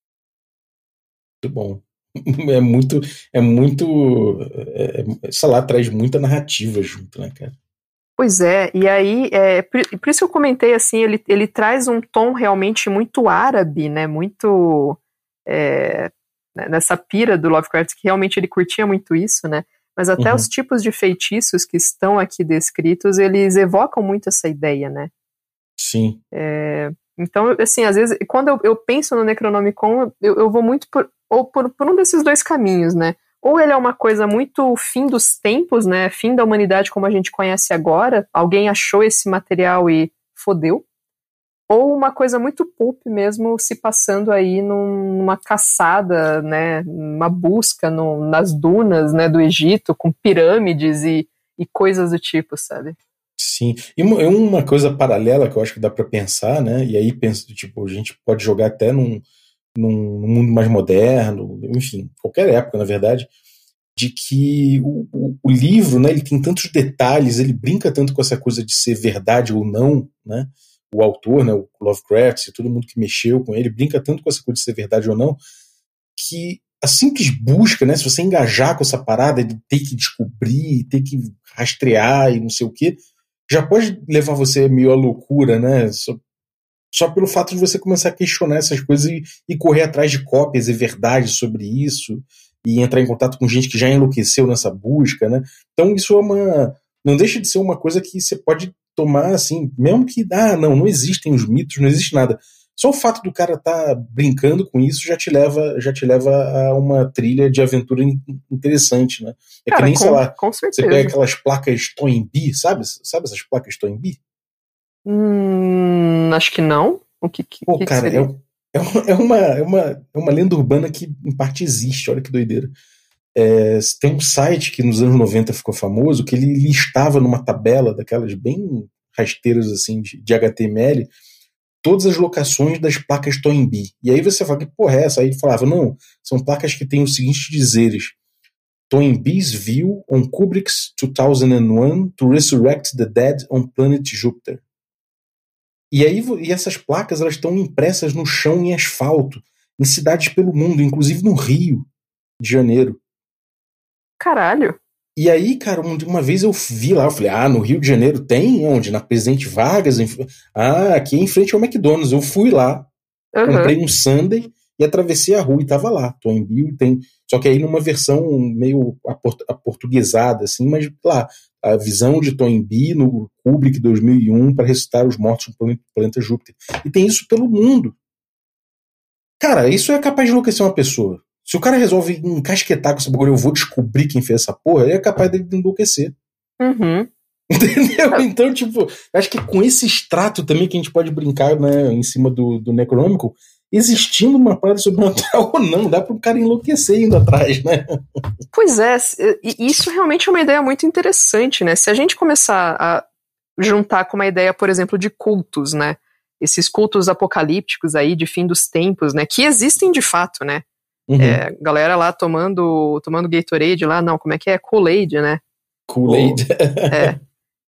Speaker 2: Muito bom. É muito, é muito, é, sei lá, traz muita narrativa junto, né, cara?
Speaker 3: Pois é, e aí, é, por, por isso que eu comentei, assim, ele, ele traz um tom realmente muito árabe, né, muito, é, nessa pira do Lovecraft, que realmente ele curtia muito isso, né, mas até uhum. os tipos de feitiços que estão aqui descritos, eles evocam muito essa ideia, né.
Speaker 2: Sim.
Speaker 3: É, então, assim, às vezes, quando eu, eu penso no Necronomicon, eu, eu vou muito por, ou por, por um desses dois caminhos, né. Ou ele é uma coisa muito fim dos tempos, né, fim da humanidade como a gente conhece agora, alguém achou esse material e fodeu, ou uma coisa muito pulp mesmo, se passando aí num, numa caçada, né, uma busca no, nas dunas, né, do Egito, com pirâmides e, e coisas do tipo, sabe?
Speaker 2: Sim, e uma, uma coisa paralela que eu acho que dá pra pensar, né, e aí penso, tipo, a gente pode jogar até num num mundo mais moderno, enfim, qualquer época, na verdade, de que o, o, o livro, né, ele tem tantos detalhes, ele brinca tanto com essa coisa de ser verdade ou não, né, o autor, né, o Lovecraft, todo mundo que mexeu com ele, brinca tanto com essa coisa de ser verdade ou não, que a simples busca, né, se você engajar com essa parada de ter que descobrir, ter que rastrear e não sei o quê, já pode levar você meio à loucura, né, só Só pelo fato de você começar a questionar essas coisas e, e correr atrás de cópias e verdades sobre isso, e entrar em contato com gente que já enlouqueceu nessa busca, né? Então isso é uma... não deixa de ser uma coisa que você pode tomar assim, mesmo que, ah, não, não existem os mitos, não existe nada. Só o fato do cara estar tá brincando com isso já te leva, já te leva a uma trilha de aventura interessante, né? É cara, que nem, com, sei lá, você pega aquelas placas Toynbee, sabe? Sabe essas placas Toynbee?
Speaker 3: Hum, acho que não. O que, que,
Speaker 2: Pô,
Speaker 3: que
Speaker 2: cara,
Speaker 3: seria?
Speaker 2: É, é, uma, é, uma, é uma lenda urbana que em parte existe, olha que doideira. É, tem um site que nos anos noventa ficou famoso, que ele listava numa tabela daquelas bem rasteiras assim, de, de H T M L, todas as locações das placas Toynbee. E aí você fala, que porra é essa? Aí ele falava, não, são placas que têm os seguintes dizeres: Toynbee's view on Kubrick's two thousand one to resurrect the dead on planet Jupiter. E aí e essas placas elas estão impressas no chão em asfalto, em cidades pelo mundo, inclusive no Rio de Janeiro.
Speaker 3: Caralho.
Speaker 2: E aí, cara, uma vez eu vi lá, eu falei, ah, no Rio de Janeiro tem? Onde? Na Presidente Vargas? Em... Ah, aqui em frente ao McDonald's. Eu fui lá, uhum. comprei um sundae e atravessei a rua e tava lá. Toynbee tem... Só que aí numa versão meio aportuguesada, assim, mas lá, a visão de Toynbee no Kubrick dois mil e um para ressuscitar os mortos no planeta Júpiter. E tem isso pelo mundo. Cara, isso é capaz de enlouquecer uma pessoa. Se o cara resolve encasquetar com essa bagulho, eu vou descobrir quem fez essa porra, ele é capaz de enlouquecer.
Speaker 3: Uhum.
Speaker 2: Entendeu? Então, tipo, acho que com esse extrato também que a gente pode brincar, né, em cima do, do Necronômico, existindo uma parada sobrenatural ou não, dá para o cara enlouquecer indo atrás, né?
Speaker 3: Pois é, isso realmente é uma ideia muito interessante, né? Se a gente começar a juntar com uma ideia, por exemplo, de cultos, né? Esses cultos apocalípticos aí de fim dos tempos, né? Que existem de fato, né? Uhum. É, galera lá tomando, tomando Gatorade lá, não, como é que é? Kool-Aid, né?
Speaker 2: Kool-Aid.
Speaker 3: É.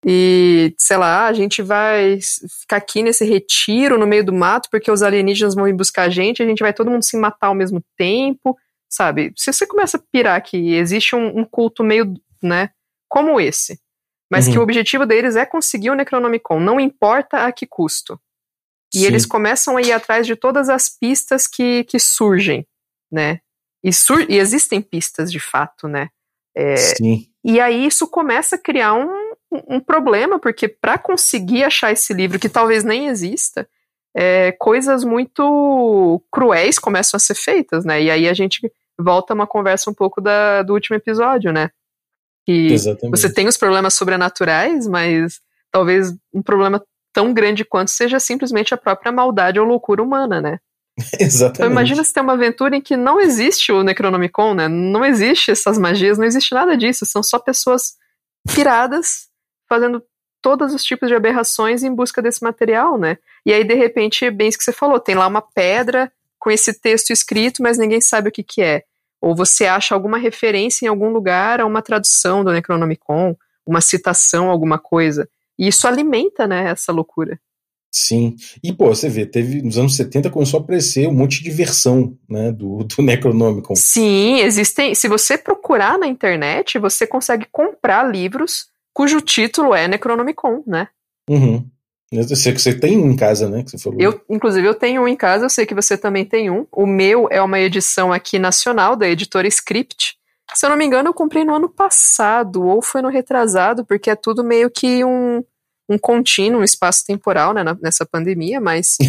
Speaker 3: E, sei lá, a gente vai ficar aqui nesse retiro no meio do mato porque os alienígenas vão vir buscar a gente, a gente vai todo mundo se matar ao mesmo tempo, sabe? Se você começa a pirar que existe um, um culto meio, né, como esse, mas uhum. que o objetivo deles é conseguir o Necronomicon, não importa a que custo. E Sim. eles começam a ir atrás de todas as pistas que, que surgem, né? E, sur- e existem pistas de fato, né? É,
Speaker 2: Sim.
Speaker 3: E aí isso começa a criar um, um problema, porque para conseguir achar esse livro, que talvez nem exista, é, coisas muito cruéis começam a ser feitas, né? E aí a gente volta a uma conversa um pouco da, do último episódio, né? Que Exatamente. Você tem os problemas sobrenaturais, mas talvez um problema tão grande quanto seja simplesmente a própria maldade ou loucura humana, né?
Speaker 2: Exatamente.
Speaker 3: Então imagina se tem uma aventura em que não existe o Necronomicon, né? Não existe essas magias, não existe nada disso. São só pessoas piradas fazendo todos os tipos de aberrações em busca desse material, né? E aí, de repente, é bem isso que você falou. Tem lá uma pedra com esse texto escrito, mas ninguém sabe o que que é. Ou você acha alguma referência em algum lugar a uma tradução do Necronomicon, uma citação, alguma coisa. E isso alimenta, né, essa loucura.
Speaker 2: Sim, e pô, você vê, teve nos anos setenta começou a aparecer um monte de versão, né, do, do Necronomicon.
Speaker 3: Sim, existem, se você procurar na internet, você consegue comprar livros cujo título é Necronomicon, né?
Speaker 2: Uhum. Eu sei que você tem um em casa, né, que você falou.
Speaker 3: Eu, inclusive eu tenho um em casa, eu sei que você também tem um. O meu é uma edição aqui nacional, da editora Script. Se eu não me engano, eu comprei no ano passado, ou foi no retrasado, porque é tudo meio que um... um contínuo, um espaço temporal, né, nessa pandemia, mas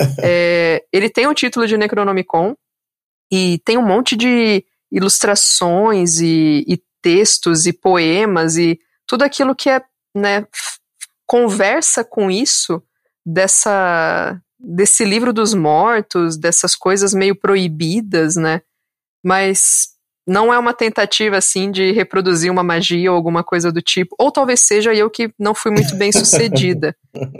Speaker 3: é, ele tem o título de Necronomicon e tem um monte de ilustrações e, e textos e poemas e tudo aquilo que é, né, f- conversa com isso dessa, desse livro dos mortos, dessas coisas meio proibidas, né, mas não é uma tentativa, assim, de reproduzir uma magia ou alguma coisa do tipo. Ou talvez seja eu que não fui muito bem sucedida.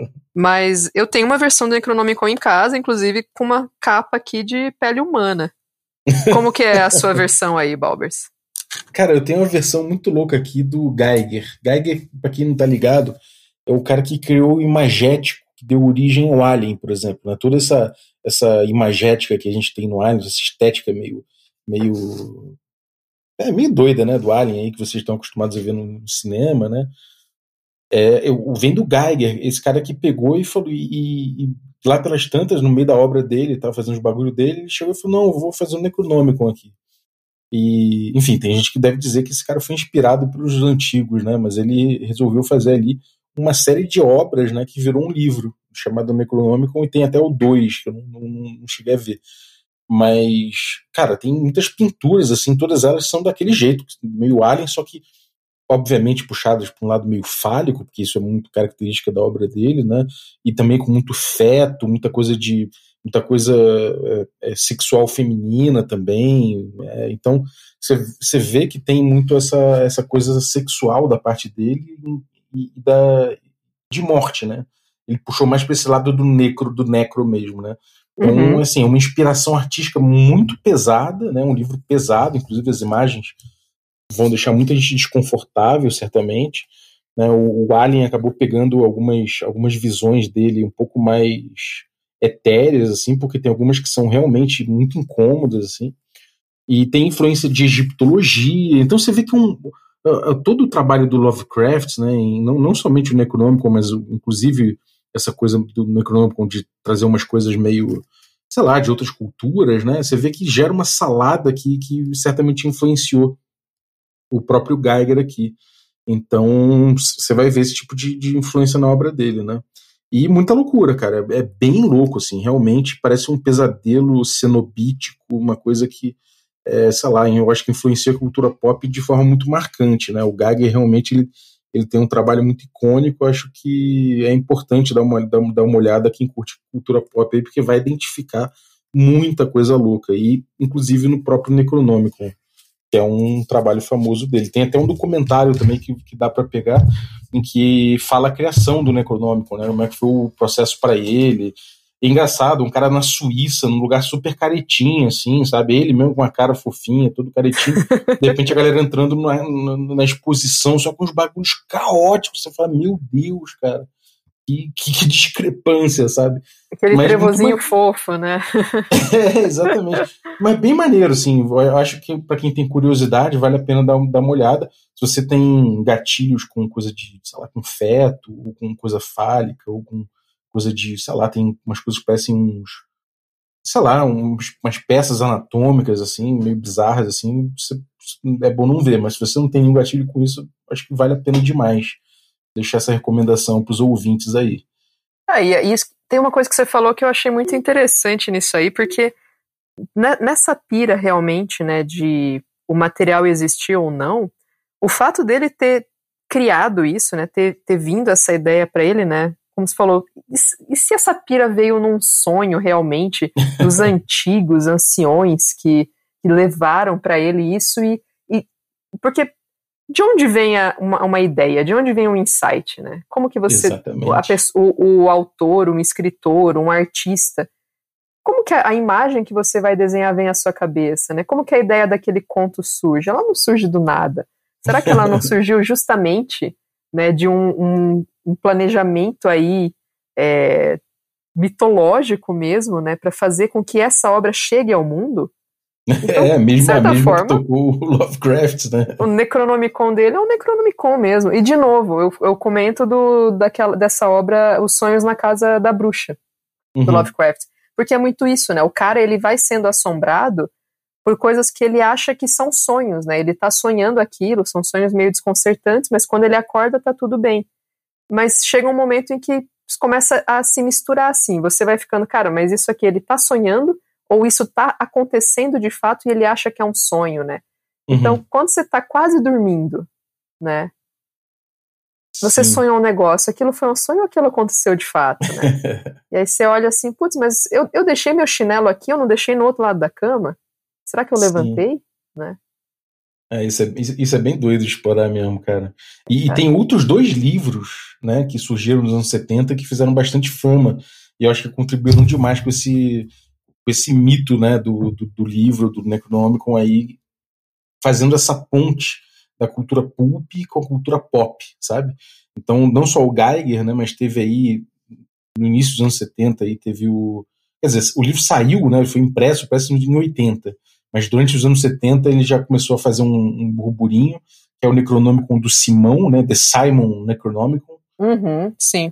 Speaker 3: Mas eu tenho uma versão do Necronomicon em casa, inclusive com uma capa aqui de pele humana. Como que é a sua versão aí, Balbers?
Speaker 2: Cara, eu tenho uma versão muito louca aqui do Geiger. Geiger, pra quem não tá ligado, é o cara que criou o imagético, que deu origem ao Alien, por exemplo. Né? Toda essa, essa imagética que a gente tem no Alien, essa estética meio... meio É meio doida, né, do Alien aí, que vocês estão acostumados a ver no cinema, né, é, eu, vem do Geiger, esse cara que pegou e falou, e, e lá pelas tantas, no meio da obra dele, tava fazendo os bagulho dele, ele chegou e falou, não, eu vou fazer um Necronomicon aqui, e, enfim, tem gente que deve dizer que esse cara foi inspirado pelos antigos, né, mas ele resolveu fazer ali uma série de obras, né, que virou um livro, chamado Necronomicon, e tem até o dois, que eu não, não, não cheguei a ver. Mas, cara, tem muitas pinturas, assim, todas elas são daquele jeito, meio Alien, só que, obviamente, puxadas para um lado meio fálico, porque isso é muito característica da obra dele, né, e também com muito feto, muita coisa de, muita coisa é, é, sexual feminina também, é, então, você vê que tem muito essa, essa coisa sexual da parte dele e, e da, de morte, né, ele puxou mais para esse lado do necro, do necro mesmo, né. Então, uhum. assim, é uma inspiração artística muito pesada, né? Um livro pesado, inclusive as imagens vão deixar muita gente desconfortável, certamente. Né? O, o Alien acabou pegando algumas, algumas visões dele um pouco mais etéreas, assim, porque tem algumas que são realmente muito incômodas, assim, e tem influência de egiptologia. Então você vê que um, uh, todo o trabalho do Lovecraft, né, em, não, não somente o Necronomicon, mas inclusive essa coisa do Necronomicon de trazer umas coisas meio, sei lá, de outras culturas, né? Você vê que gera uma salada aqui que certamente influenciou o próprio Geiger aqui. Então, você vai ver esse tipo de, de influência na obra dele, né? E muita loucura, cara. É bem louco, assim. Realmente parece um pesadelo cenobítico, uma coisa que, é, sei lá, eu acho que influencia a cultura pop de forma muito marcante, né? O Geiger realmente... ele Ele tem um trabalho muito icônico, acho que é importante dar uma, dar, dar uma olhada quem curte cultura pop aí, porque vai identificar muita coisa louca, e inclusive no próprio Necronômico, que é um trabalho famoso dele. Tem até um documentário também que, que dá para pegar, em que fala a criação do Necronômico, né? Como é que foi o processo para ele. É engraçado, um cara na Suíça, num lugar super caretinho, assim, sabe? Ele mesmo com uma cara fofinha, todo caretinho. De repente a galera entrando na, na, na exposição, só com os bagulhos caóticos. Você fala, meu Deus, cara, que, que, que discrepância, sabe?
Speaker 3: Aquele
Speaker 2: Mas
Speaker 3: trevozinho
Speaker 2: muito...
Speaker 3: fofo, né?
Speaker 2: É, exatamente. Mas bem maneiro, assim. Eu acho que para quem tem curiosidade, vale a pena dar, dar uma olhada. Se você tem gatilhos com coisa de, sei lá, com feto, ou com coisa fálica, ou com coisa de, sei lá, tem umas coisas que parecem uns, sei lá, uns, umas peças anatômicas, assim, meio bizarras, assim, você, é bom não ver, mas se você não tem nenhum gatilho com isso, acho que vale a pena demais deixar essa recomendação pros ouvintes aí.
Speaker 3: Ah, e isso, tem uma coisa que você falou que eu achei muito interessante nisso aí, porque nessa pira realmente, né, de o material existir ou não, o fato dele ter criado isso, né, ter, ter vindo essa ideia para ele, né, como você falou, e se essa pira veio num sonho realmente dos antigos anciões que, que levaram para ele isso, e, e porque de onde vem a, uma, uma ideia, de onde vem um insight, né? Como que você, a pessoa, o, o autor, um escritor, um artista, como que a, a imagem que você vai desenhar vem à sua cabeça, né? Como que a ideia daquele conto surge? Ela não surge do nada. Será que ela não surgiu justamente, né, de um, um, um planejamento aí é, mitológico mesmo, né, para fazer com que essa obra chegue ao mundo? Então,
Speaker 2: é, mesmo,
Speaker 3: a mesma forma,
Speaker 2: que tocou o Lovecraft, né?
Speaker 3: O Necronomicon dele é um Necronomicon mesmo. E, de novo, eu, eu comento do, daquela, dessa obra Os Sonhos na Casa da Bruxa, do uhum. Lovecraft. Porque é muito isso, né? O cara, ele vai sendo assombrado por coisas que ele acha que são sonhos, né? Ele tá sonhando aquilo, são sonhos meio desconcertantes, mas quando ele acorda tá tudo bem. Mas chega um momento em que começa a se misturar assim. Você vai ficando, cara, mas isso aqui ele tá sonhando, ou isso tá acontecendo de fato e ele acha que é um sonho, né? Uhum. Então, quando você tá quase dormindo, né? Você Sim. sonhou um negócio, aquilo foi um sonho ou aquilo aconteceu de fato, né? E aí você olha assim, putz, mas eu, eu deixei meu chinelo aqui, eu não deixei no outro lado da cama? Será que eu Sim. levantei? Né?
Speaker 2: É, isso, é, isso é bem doido de explorar mesmo, cara. E, é. e tem outros dois livros, né, que surgiram nos anos setenta que fizeram bastante fama, e eu acho que contribuíram demais com esse... com esse mito, né, do, do, do livro, do Necronomicon aí, fazendo essa ponte da cultura pulp com a cultura pop, sabe? Então, não só o Geiger, né, mas teve aí, no início dos anos setenta, aí teve o... Quer dizer, o livro saiu, né, ele foi impresso, parece em oitenta, mas durante os anos setenta ele já começou a fazer um, um burburinho, que é o Necronomicon do Simão, né, The Simon Necronomicon.
Speaker 3: Uhum, sim.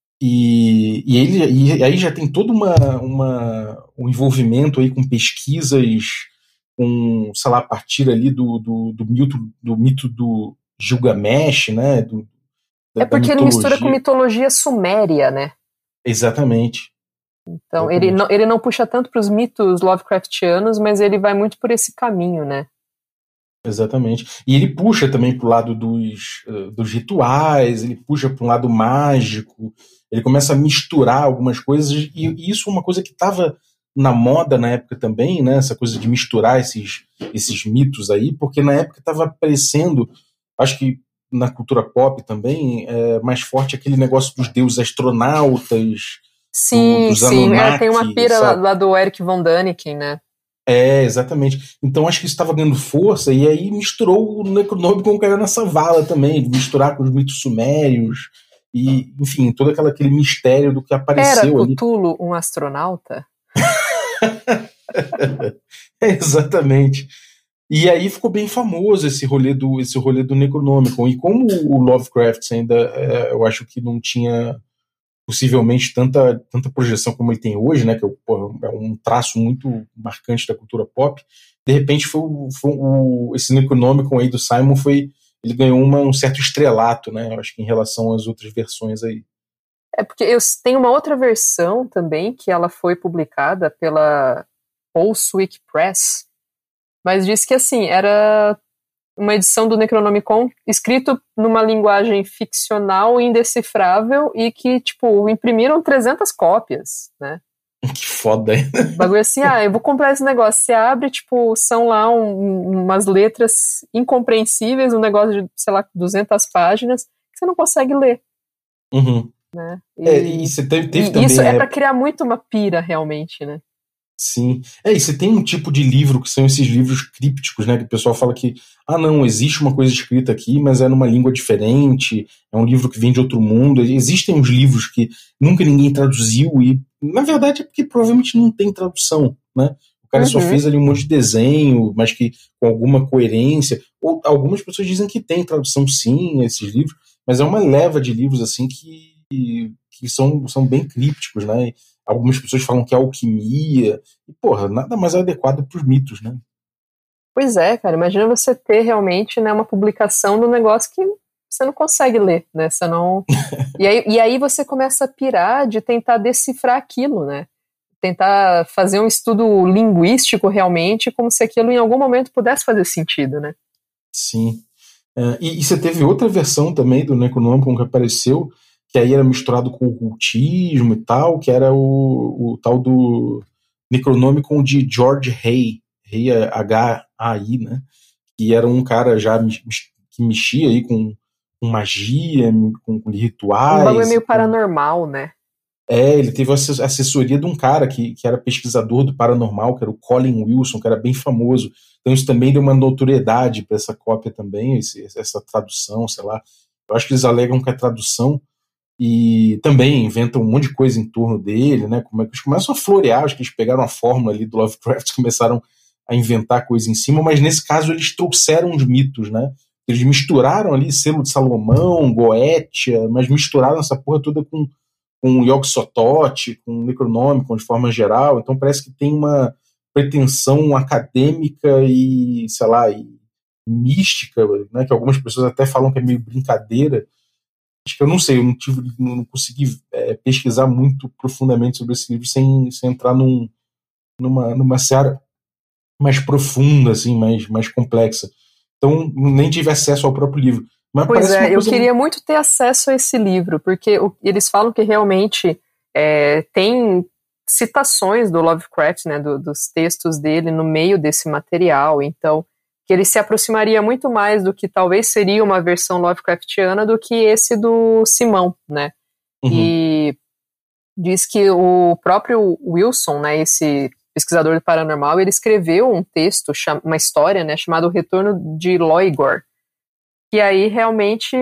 Speaker 2: E, e, ele, e aí já tem todo uma, uma, um envolvimento aí com pesquisas, com, sei lá, a partir ali do, do, do, mito, do mito do Gilgamesh, né? Do,
Speaker 3: da, é porque ele mistura com mitologia suméria, né?
Speaker 2: Exatamente.
Speaker 3: Então, Exatamente. Ele, não, ele não puxa tanto para os mitos Lovecraftianos, mas ele vai muito por esse caminho, né?
Speaker 2: Exatamente. E ele puxa também para o lado dos, uh, dos rituais, ele puxa para um lado mágico, ele começa a misturar algumas coisas, e, e isso é uma coisa que estava na moda na época também, né? Essa coisa de misturar esses, esses mitos aí, porque na época estava aparecendo, acho que na cultura pop também, é mais forte aquele negócio dos deuses astronautas,
Speaker 3: sim,
Speaker 2: do, dos
Speaker 3: sim,
Speaker 2: Anunnaki,
Speaker 3: é, tem uma pira lá, lá do Eric von Däniken, né?
Speaker 2: É, exatamente. Então acho que isso estava ganhando força, e aí misturou o Necronomicon, caiu nessa vala também, de misturar com os mitos sumérios, e, enfim, todo aquela, aquele mistério do que apareceu
Speaker 3: Era
Speaker 2: ali.
Speaker 3: Cthulhu um astronauta?
Speaker 2: É, exatamente. E aí ficou bem famoso esse rolê do, esse rolê do Necronomicon, e como o Lovecraft ainda, é, eu acho que não tinha possivelmente tanta, tanta projeção como ele tem hoje, né, que é, pô, é um traço muito marcante da cultura pop, de repente foi, foi o, esse Necronomicon aí do Simon, foi, ele ganhou uma, um certo estrelato, né, eu acho que em relação às outras versões aí.
Speaker 3: É porque eu tenho uma outra versão também, que ela foi publicada pela Holswick Press, mas diz que assim, era uma edição do Necronomicon escrito numa linguagem ficcional indecifrável e que, tipo, imprimiram trezentas cópias, né?
Speaker 2: Que foda, hein?
Speaker 3: O bagulho assim, ah, eu vou comprar esse negócio. Você abre, tipo, são lá um, umas letras incompreensíveis, um negócio de, sei lá, duzentas páginas, que você não consegue ler.
Speaker 2: Uhum.
Speaker 3: Né? E,
Speaker 2: é, e você teve, teve
Speaker 3: e
Speaker 2: também...
Speaker 3: isso é, é
Speaker 2: pra
Speaker 3: criar muito uma pira, realmente, né?
Speaker 2: Sim. É, e você tem um tipo de livro que são esses livros crípticos, né? Que o pessoal fala que, ah, não, existe uma coisa escrita aqui, mas é numa língua diferente, é um livro que vem de outro mundo. Existem uns livros que nunca ninguém traduziu e, na verdade, é porque provavelmente não tem tradução, né? O cara
Speaker 3: Uhum.
Speaker 2: só fez ali um monte de desenho, mas que com alguma coerência. Ou algumas pessoas dizem que tem tradução, sim, esses livros, mas é uma leva de livros, assim, que, que são, são bem crípticos, né? Algumas pessoas falam que é alquimia. E, porra, nada mais adequado para os mitos, né?
Speaker 3: Pois é, cara. Imagina você ter realmente, né, uma publicação do negócio que você não consegue ler, né? Você não... e, aí, e aí você começa a pirar de tentar decifrar aquilo, né? Tentar fazer um estudo linguístico realmente, como se aquilo em algum momento pudesse fazer sentido, né?
Speaker 2: Sim. É, e, e você teve outra versão também do Necronomicon que apareceu, que aí era misturado com o ocultismo e tal, que era o, o tal do Necronomicon de George Hay, Hay H A I, né? Que era um cara já que mexia aí com, com magia, com, com rituais.
Speaker 3: Um bagulho meio
Speaker 2: com...
Speaker 3: paranormal, né?
Speaker 2: É, ele teve a assessoria de um cara que, que era pesquisador do paranormal, que era o Colin Wilson, que era bem famoso. Então isso também deu uma notoriedade para essa cópia também, esse, essa tradução, sei lá. Eu acho que eles alegam que a tradução e também inventam um monte de coisa em torno dele, né? Como é que eles começam a florear, acho que eles pegaram a fórmula ali do Lovecraft, começaram a inventar coisa em cima, mas nesse caso eles trouxeram os mitos, né? Eles misturaram ali Selo de Salomão, Goetia, mas misturaram essa porra toda com, com Yog-Sothoth, com Necronômicon de forma geral, então parece que tem uma pretensão acadêmica e, sei lá, e mística, né? Que algumas pessoas até falam que é meio brincadeira. Acho que eu não sei, eu não, tive, não consegui é, pesquisar muito profundamente sobre esse livro sem, sem entrar num, numa, numa seara mais profunda, assim, mais, mais complexa. Então, nem tive acesso ao próprio livro. Mas
Speaker 3: pois
Speaker 2: parece
Speaker 3: é,
Speaker 2: uma
Speaker 3: eu
Speaker 2: coisa...
Speaker 3: queria muito ter acesso a esse livro, porque o, eles falam que realmente é, tem citações do Lovecraft, né, do, dos textos dele no meio desse material, então que ele se aproximaria muito mais do que talvez seria uma versão Lovecraftiana do que esse do Simão, né? Uhum. E diz que o próprio Wilson, né, esse pesquisador do paranormal, ele escreveu um texto, uma história, né, chamado O Retorno de Loigor, que aí realmente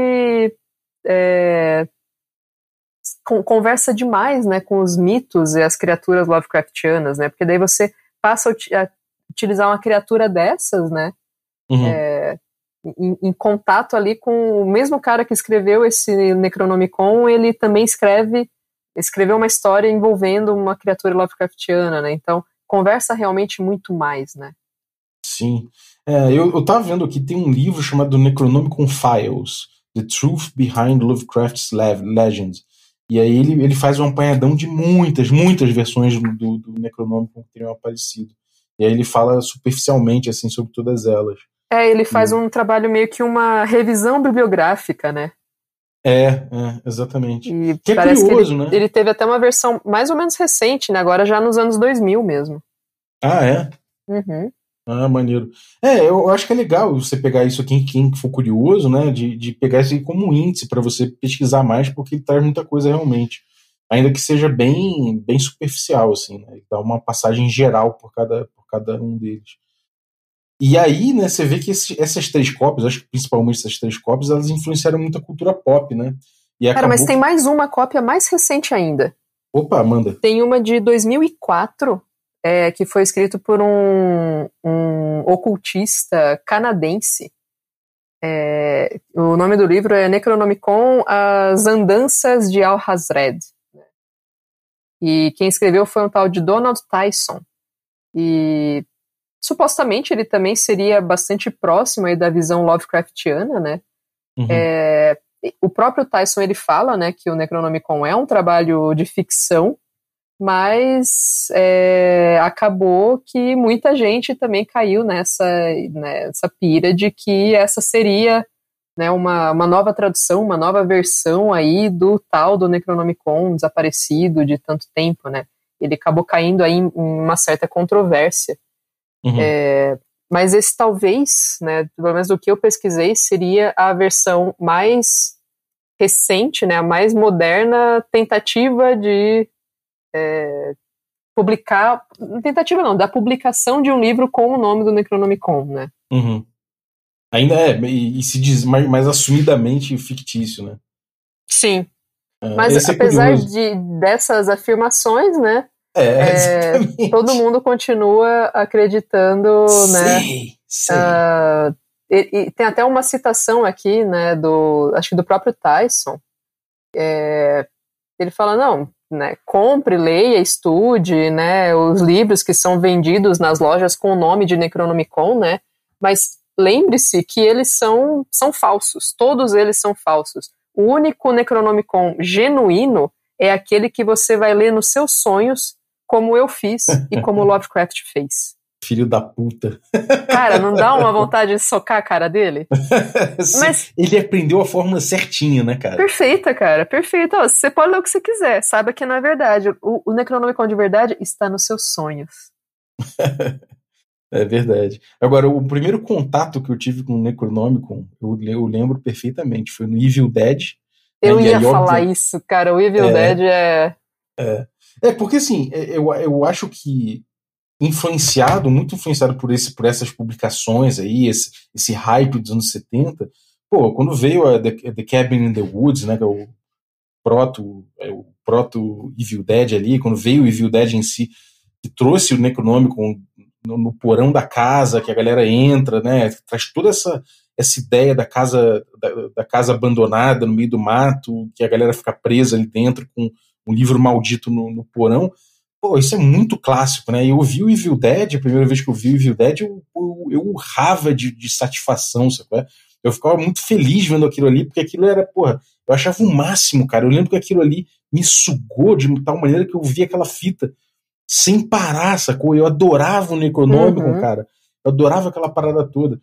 Speaker 3: é, conversa demais, né, com os mitos e as criaturas Lovecraftianas, né, porque daí você passa a utilizar uma criatura dessas, né, uhum. é, em, em contato ali com o mesmo cara que escreveu esse Necronomicon, ele também escreve, escreveu uma história envolvendo uma criatura Lovecraftiana, né, então conversa realmente muito mais, né.
Speaker 2: Sim. É, eu, eu tava vendo aqui, tem um livro chamado Necronomicon Files, The Truth Behind Lovecraft's Legends. E aí ele, ele faz um apanhadão de muitas, muitas versões do, do Necronomicon que teriam aparecido. E aí ele fala superficialmente, assim, sobre todas elas.
Speaker 3: É, ele faz e... um trabalho meio que uma revisão bibliográfica, né?
Speaker 2: É, é, exatamente.
Speaker 3: E
Speaker 2: que é
Speaker 3: parece
Speaker 2: curioso,
Speaker 3: que ele,
Speaker 2: né?
Speaker 3: ele teve até uma versão mais ou menos recente, né? Agora já nos anos dois mil mesmo.
Speaker 2: Ah, é?
Speaker 3: Uhum.
Speaker 2: Ah, maneiro. É, eu acho que é legal você pegar isso aqui, quem for curioso, né, de, de pegar isso aí como um índice para você pesquisar mais, porque ele traz muita coisa realmente. Ainda que seja bem, bem superficial, assim, né? Dá uma passagem geral por cada, por cada um deles. E aí, né, você vê que esse, essas três cópias, acho que principalmente essas três cópias, elas influenciaram muito a cultura pop, né? E
Speaker 3: Cara, mas tem que... mais uma cópia mais recente ainda.
Speaker 2: Opa, manda.
Speaker 3: Tem uma de dois mil e quatro, é, que foi escrito por um, um ocultista canadense. É, o nome do livro é Necronomicon, As Andanças de Alhazred. E quem escreveu foi um tal de Donald Tyson. E supostamente ele também seria bastante próximo aí da visão Lovecraftiana, né? Uhum. É, o próprio Tyson, ele fala, né, que o Necronomicon é um trabalho de ficção, mas é, acabou que muita gente também caiu nessa, nessa pira de que essa seria, né, uma, uma nova tradução, uma nova versão aí do tal do Necronomicon desaparecido de tanto tempo, né? ele acabou caindo aí em, em uma certa controvérsia. Uhum. É, mas esse talvez, né, pelo menos do que eu pesquisei, seria a versão mais recente, né, a mais moderna tentativa de é, publicar, tentativa não, da publicação de um livro com o nome do Necronomicon, né?
Speaker 2: Uhum. Ainda é, e, e se diz mais, mais assumidamente fictício, né?
Speaker 3: Sim. Uh, mas apesar é de, dessas afirmações, né,
Speaker 2: é,
Speaker 3: é, todo mundo continua acreditando,
Speaker 2: sei,
Speaker 3: né?
Speaker 2: Sei.
Speaker 3: Uh, e, e tem até uma citação aqui, né, do, acho que do próprio Tyson. É, ele fala, não, né, compre, leia, estude, né, os livros que são vendidos nas lojas com o nome de Necronomicon, né, mas lembre-se que eles são, são falsos, todos eles são falsos. O único Necronomicon genuíno é aquele que você vai ler nos seus sonhos, como eu fiz e como Lovecraft fez.
Speaker 2: Filho da puta.
Speaker 3: Cara, não dá uma vontade de socar a cara dele?
Speaker 2: Sim,
Speaker 3: mas
Speaker 2: ele aprendeu a fórmula certinha, né, cara?
Speaker 3: Perfeita, cara, perfeita. Ó, você pode ler o que você quiser, saiba que não é verdade. O, o Necronomicon de verdade está nos seus sonhos.
Speaker 2: É verdade. Agora, o primeiro contato que eu tive com o Necronomicon, eu, eu lembro perfeitamente, foi no Evil Dead.
Speaker 3: Eu
Speaker 2: né?
Speaker 3: ia
Speaker 2: aí,
Speaker 3: falar
Speaker 2: óbvio,
Speaker 3: isso, cara, o Evil
Speaker 2: é,
Speaker 3: Dead é...
Speaker 2: é... É, porque assim, eu, eu acho que influenciado, muito influenciado por, esse, por essas publicações aí, esse, esse hype dos anos setenta, pô, quando veio a The, The Cabin in the Woods, né, que é o proto, é o proto Evil Dead ali, quando veio o Evil Dead em si, que trouxe o Necronomicon no, no porão da casa, que a galera entra, né, traz toda essa, essa ideia da casa, da, da casa abandonada no meio do mato, que a galera fica presa ali dentro com um livro maldito no, no porão. Pô, isso é muito clássico, né? Eu vi o Evil Dead, a primeira vez que eu vi o Evil Dead, eu, eu, eu urrava de, de satisfação, sabe? Eu ficava muito feliz vendo aquilo ali, porque aquilo era, porra, eu achava o máximo, cara. Eu lembro que aquilo ali me sugou de tal maneira que eu via aquela fita sem parar, sacou? Eu adorava o Necronomicon,
Speaker 3: Uhum.
Speaker 2: cara. Eu adorava aquela parada toda.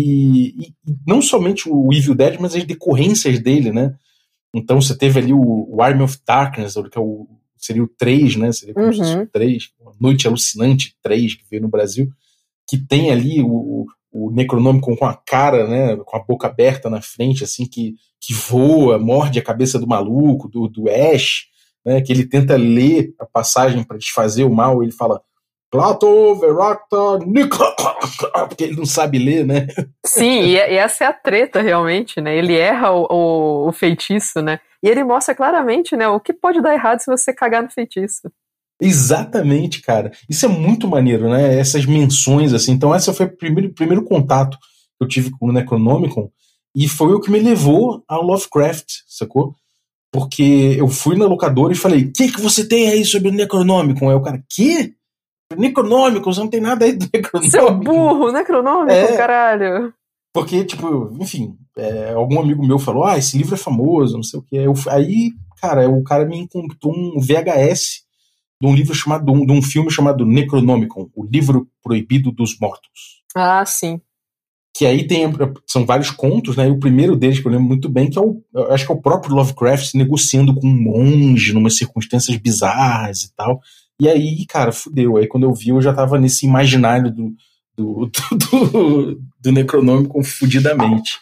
Speaker 2: E, e não somente o Evil Dead, mas as decorrências dele, né? Então você teve ali o, o Army of Darkness, que é o, seria o três, né? Seria como se fosse o três, Noite Alucinante três, que veio no Brasil, que tem ali o, o Necronomicon com a cara, né? Com a boca aberta na frente, assim, que, que voa, morde a cabeça do maluco, do, do Ash, né? Que ele tenta ler a passagem para desfazer o mal, ele fala Plato, Veracta, Nicro... porque ele não sabe ler, né?
Speaker 3: Sim, e essa é a treta realmente, né? Ele erra o, o, o feitiço, né? E ele mostra claramente, né, o que pode dar errado se você cagar no feitiço.
Speaker 2: Exatamente, cara. Isso é muito maneiro, né? Essas menções, assim. Então, esse foi o primeiro, primeiro contato que eu tive com o Necronomicon e foi o que me levou ao Lovecraft, sacou? Porque eu fui na locadora e falei, o que, que você tem aí sobre o Necronomicon? Aí o cara, quê? Necronomicon? Você não tem nada aí do Necronomicon?
Speaker 3: Seu burro, Necronomicon, é, caralho.
Speaker 2: Porque, tipo, enfim, é, algum amigo meu falou, ah, esse livro é famoso, não sei o que. Eu, aí, cara, o cara me encontrou um V H S de um livro chamado, de um, de um filme chamado Necronomicon, o livro proibido dos mortos.
Speaker 3: Ah, sim.
Speaker 2: Que aí tem, são vários contos, né? E o primeiro deles que eu lembro muito bem, que é o, eu acho que é o próprio Lovecraft negociando com um monge, numa circunstâncias bizarras e tal. E aí, cara, fudeu. Aí quando eu vi, eu já tava nesse imaginário do do, do, do, do Necronomicon fudidamente.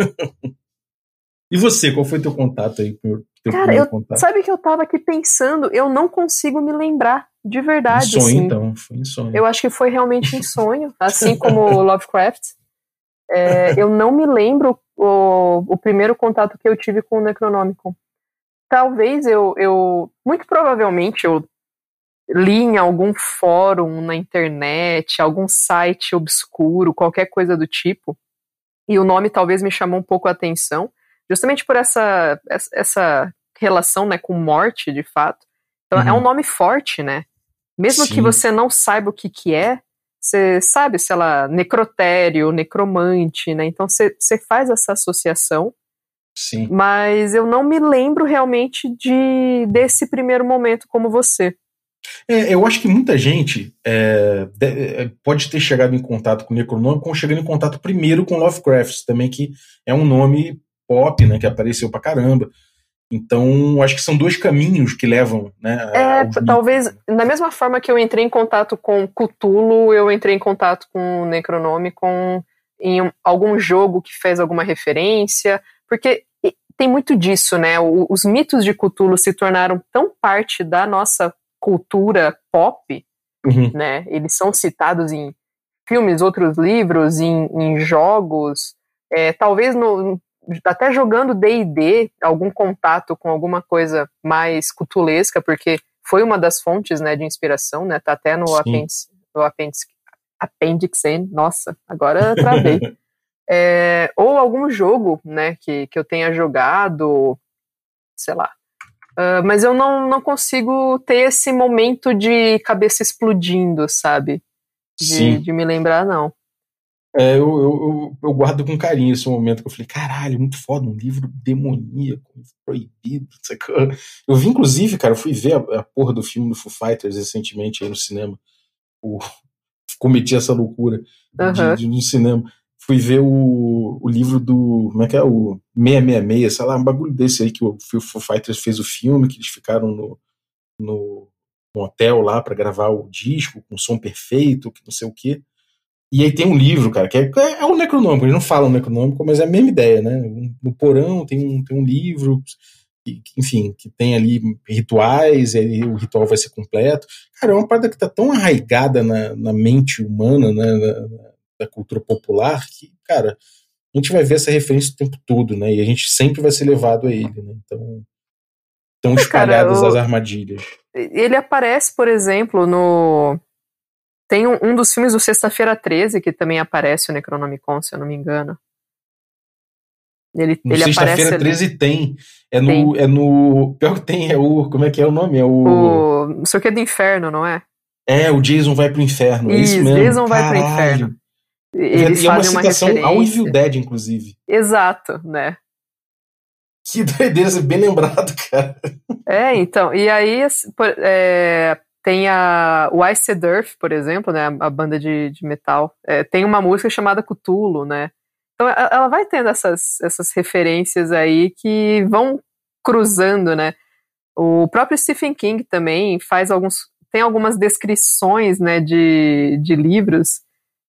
Speaker 2: E você, qual foi teu contato aí? Teu
Speaker 3: Cara, eu,
Speaker 2: contato?
Speaker 3: sabe que eu tava aqui pensando, eu não consigo me lembrar, de verdade.
Speaker 2: Em sonho,
Speaker 3: assim.
Speaker 2: então, foi em sonho.
Speaker 3: Eu acho que foi realmente em sonho, assim como o Lovecraft. É, eu não me lembro o, o primeiro contato que eu tive com o Necronomicon. Talvez eu, eu muito provavelmente eu li em algum fórum na internet, algum site obscuro, qualquer coisa do tipo, e o nome talvez me chamou um pouco a atenção, justamente por essa, essa relação, né, com morte, de fato. Então, uhum. É um nome forte, né? Mesmo Sim. que você não saiba o que que é, você sabe, sei lá, necrotério, necromante, né? Então, você, você faz essa associação.
Speaker 2: Sim.
Speaker 3: Mas eu não me lembro realmente de, desse primeiro momento como você.
Speaker 2: É, eu acho que muita gente é, de, pode ter chegado em contato com o Necronomicon chegando em contato primeiro com Lovecraft, também, que é um nome pop, né, que apareceu pra caramba. Então, acho que são dois caminhos que levam, né?
Speaker 3: É, talvez, da mesma forma que eu entrei em contato com Cthulhu, eu entrei em contato com o Necronomicon em um, algum jogo que fez alguma referência, porque tem muito disso, né? O, os mitos de Cthulhu se tornaram tão parte da nossa cultura pop, uhum. né? Eles são citados em filmes, outros livros, em, em jogos, é, talvez no, até jogando D e D, algum contato com alguma coisa mais cthulesca, porque foi uma das fontes, né, de inspiração, né? Tá até no apêndice, no apêndice, Appendix N, nossa, agora travei. É, ou algum jogo, né, que, que eu tenha jogado, sei lá. Uh, mas eu não, não consigo ter esse momento de cabeça explodindo, sabe? De, de me lembrar, não.
Speaker 2: É, eu, eu, eu guardo com carinho esse momento que eu falei, caralho, muito foda, um livro demoníaco, proibido, sacou? Eu vi, inclusive, cara, eu fui ver a, a porra do filme do Foo Fighters recentemente aí no cinema. O, cometi essa loucura uhum. de, de, no cinema. Fui ver o, o livro do, como é que é, o seiscentos e sessenta e seis, sei lá, um bagulho desse aí que o Foo Fighters fez o filme, que eles ficaram no, no, no hotel lá pra gravar o disco, com som perfeito, que não sei o quê. E aí tem um livro, cara, que é, é o Necronômico, eles não falam Necronômico, mas é a mesma ideia, né? No porão tem um, tem um livro, que, enfim, que tem ali rituais, e aí o ritual vai ser completo. Cara, é uma parada que tá tão arraigada na, na mente humana, né, na, na, da cultura popular, que, cara, a gente vai ver essa referência o tempo todo, né? E a gente sempre vai ser levado a ele, né? Então, estão espalhadas é, cara, o... as armadilhas.
Speaker 3: Ele aparece, por exemplo, no... Tem um, um dos filmes do Sexta-feira treze, que também aparece o Necronomicon, se eu não me engano. Ele,
Speaker 2: no
Speaker 3: ele
Speaker 2: Sexta-feira treze tem. É no, tem. É no. Pior que tem, é o. Como é que é o nome? É o.
Speaker 3: O. Não sei o que é do inferno, não é?
Speaker 2: É, o Jason vai pro inferno. Isso, é isso mesmo.
Speaker 3: Jason
Speaker 2: Caralho.
Speaker 3: vai pro inferno. Eles
Speaker 2: e é uma
Speaker 3: fazem
Speaker 2: citação
Speaker 3: uma
Speaker 2: ao Evil Dead, inclusive.
Speaker 3: Exato, né?
Speaker 2: Que doideira, você bem lembrado, cara.
Speaker 3: É, então. E aí. É, tem a o Iced Earth, por exemplo, né, a banda de, de metal, é, tem uma música chamada Cthulhu, né, então ela vai tendo essas, essas referências aí que vão cruzando, né, o próprio Stephen King também faz alguns, tem algumas descrições, né, de, de livros,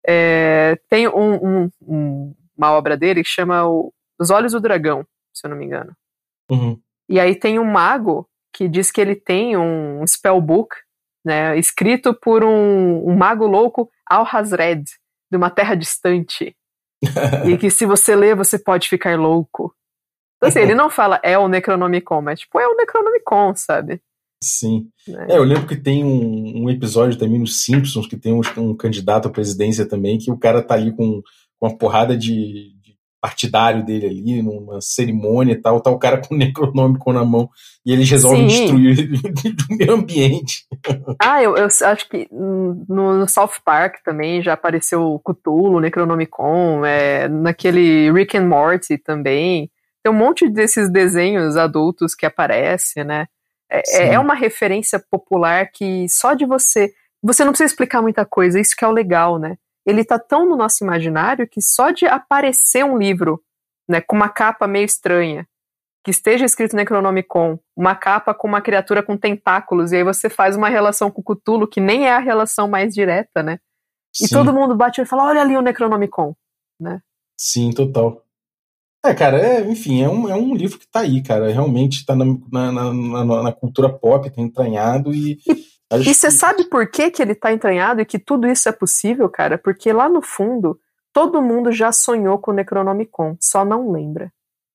Speaker 3: é, tem um, um, um, uma obra dele que chama o, Os Olhos do Dragão, se eu não me engano,
Speaker 2: uhum.
Speaker 3: E aí tem um mago que diz que ele tem um spellbook, né, escrito por um, um mago louco, Al-Hazred, de uma terra distante. E que se você ler, você pode ficar louco. Então assim, ele não fala é o Necronomicon, mas tipo, é o Necronomicon, sabe?
Speaker 2: Sim. É, é eu lembro que tem um, um episódio também nos Simpsons, que tem um, um candidato à presidência também, que o cara tá ali com, com uma porrada de, de partidário dele ali, numa cerimônia e tal, tá o cara com o Necronômico na mão, e eles resolvem Sim. destruir o meio ambiente.
Speaker 3: Ah, eu, eu acho que no, no South Park também já apareceu o Cthulhu, o Necronomicon, é, naquele Rick and Morty também, tem um monte desses desenhos adultos que aparecem, né, é, é uma referência popular que só de você, você não precisa explicar muita coisa, isso que é o legal, né. Ele tá tão no nosso imaginário que só de aparecer um livro, né, com uma capa meio estranha, que esteja escrito Necronomicon, uma capa com uma criatura com tentáculos, e aí você faz uma relação com o Cthulhu, que nem é a relação mais direta, né? Sim. E todo mundo bate e fala, olha ali o Necronomicon, né?
Speaker 2: Sim, total. É, cara, é, enfim, é um, é um livro que tá aí, cara, realmente tá na, na, na, na cultura pop, tá entranhado e...
Speaker 3: E você que... sabe por que, que ele tá entranhado e que tudo isso é possível, cara? Porque lá no fundo, todo mundo já sonhou com o Necronomicon, só não lembra.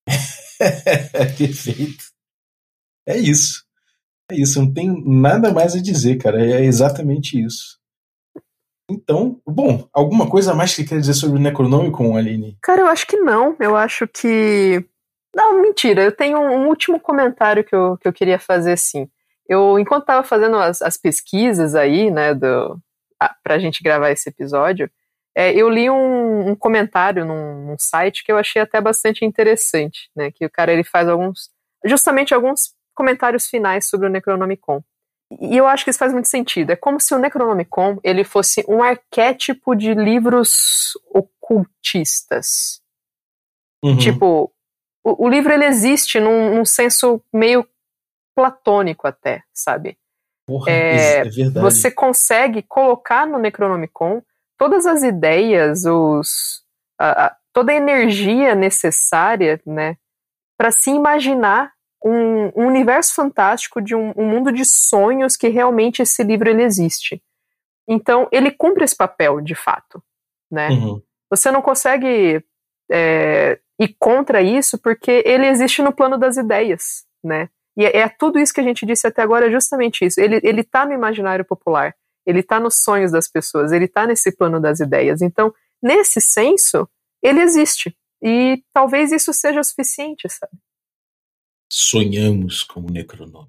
Speaker 2: Perfeito. É isso. É isso, não tem nada mais a dizer, cara. É exatamente isso. Então, bom, alguma coisa a mais que quer dizer sobre o Necronomicon, Aline?
Speaker 3: Cara, eu acho que não. Eu acho que... Não, mentira. Eu tenho um último comentário que eu, que eu queria fazer, sim. Eu, enquanto estava fazendo as, as pesquisas aí, né, do, a, pra gente gravar esse episódio, é, eu li um, um comentário num, num site que eu achei até bastante interessante, né, que o cara, ele faz alguns, justamente alguns comentários finais sobre o Necronomicon. E eu acho que isso faz muito sentido. É como se o Necronomicon, ele fosse um arquétipo de livros ocultistas. Uhum. Tipo, o, o livro ele existe num, num senso meio platônico até, sabe?
Speaker 2: Porra,
Speaker 3: é,
Speaker 2: é verdade.
Speaker 3: Você consegue colocar no Necronomicon todas as ideias, os, a, a, toda a energia necessária, né, para se imaginar um, um universo fantástico de um, um mundo de sonhos que realmente esse livro ele existe. Então, ele cumpre esse papel, de fato, né? Uhum. Você não consegue é, ir contra isso porque ele existe no plano das ideias, né? E é, é tudo isso que a gente disse até agora, é justamente isso. Ele, ele tá no imaginário popular, ele tá nos sonhos das pessoas, ele tá nesse plano das ideias. Então, nesse senso, ele existe. E talvez isso seja suficiente, sabe?
Speaker 2: Sonhamos com o Necronome.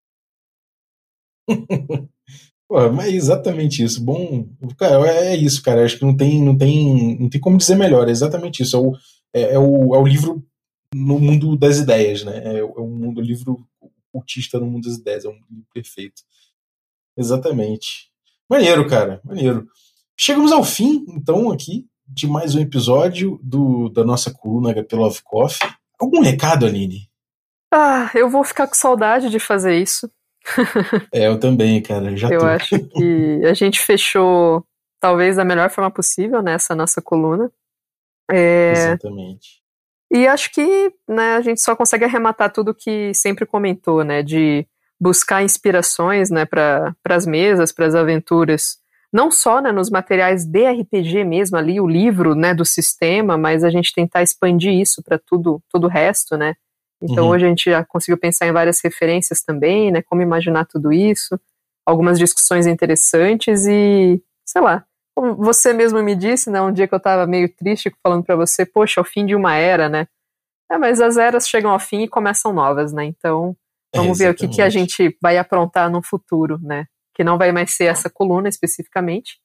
Speaker 2: Pô, mas é exatamente isso. Bom, cara, é isso, cara. Acho que não tem, não tem, não tem como dizer melhor. É exatamente isso. É o, é, é o, é o livro no mundo das ideias, né? É, o mundo, o livro cultista no mundo das ideias. É um livro perfeito. Exatamente. Maneiro, cara. Maneiro. Chegamos ao fim, então, aqui de mais um episódio do, da nossa coluna H P Love Coffee. Algum recado, Aline?
Speaker 3: Ah, eu vou ficar com saudade de fazer isso.
Speaker 2: É, eu também, cara. Já
Speaker 3: eu
Speaker 2: tô.
Speaker 3: acho que a gente fechou, talvez, da melhor forma possível nessa nossa coluna. É...
Speaker 2: Exatamente.
Speaker 3: E acho que, né, a gente só consegue arrematar tudo que sempre comentou, né, de buscar inspirações, né, para as mesas, para as aventuras, não só, né, nos materiais de R P G mesmo, ali, o livro, né, do sistema, mas a gente tentar expandir isso para tudo, todo o resto, né. Então, uhum. hoje a gente já conseguiu pensar em várias referências também, né, como imaginar tudo isso, algumas discussões interessantes e, sei lá, como você mesmo me disse, né, um dia que eu tava meio triste falando pra você, poxa, é o fim de uma era, né, é, mas as eras chegam ao fim e começam novas, né, então vamos é, ver o que, que a gente vai aprontar no futuro, né, que não vai mais ser essa coluna especificamente,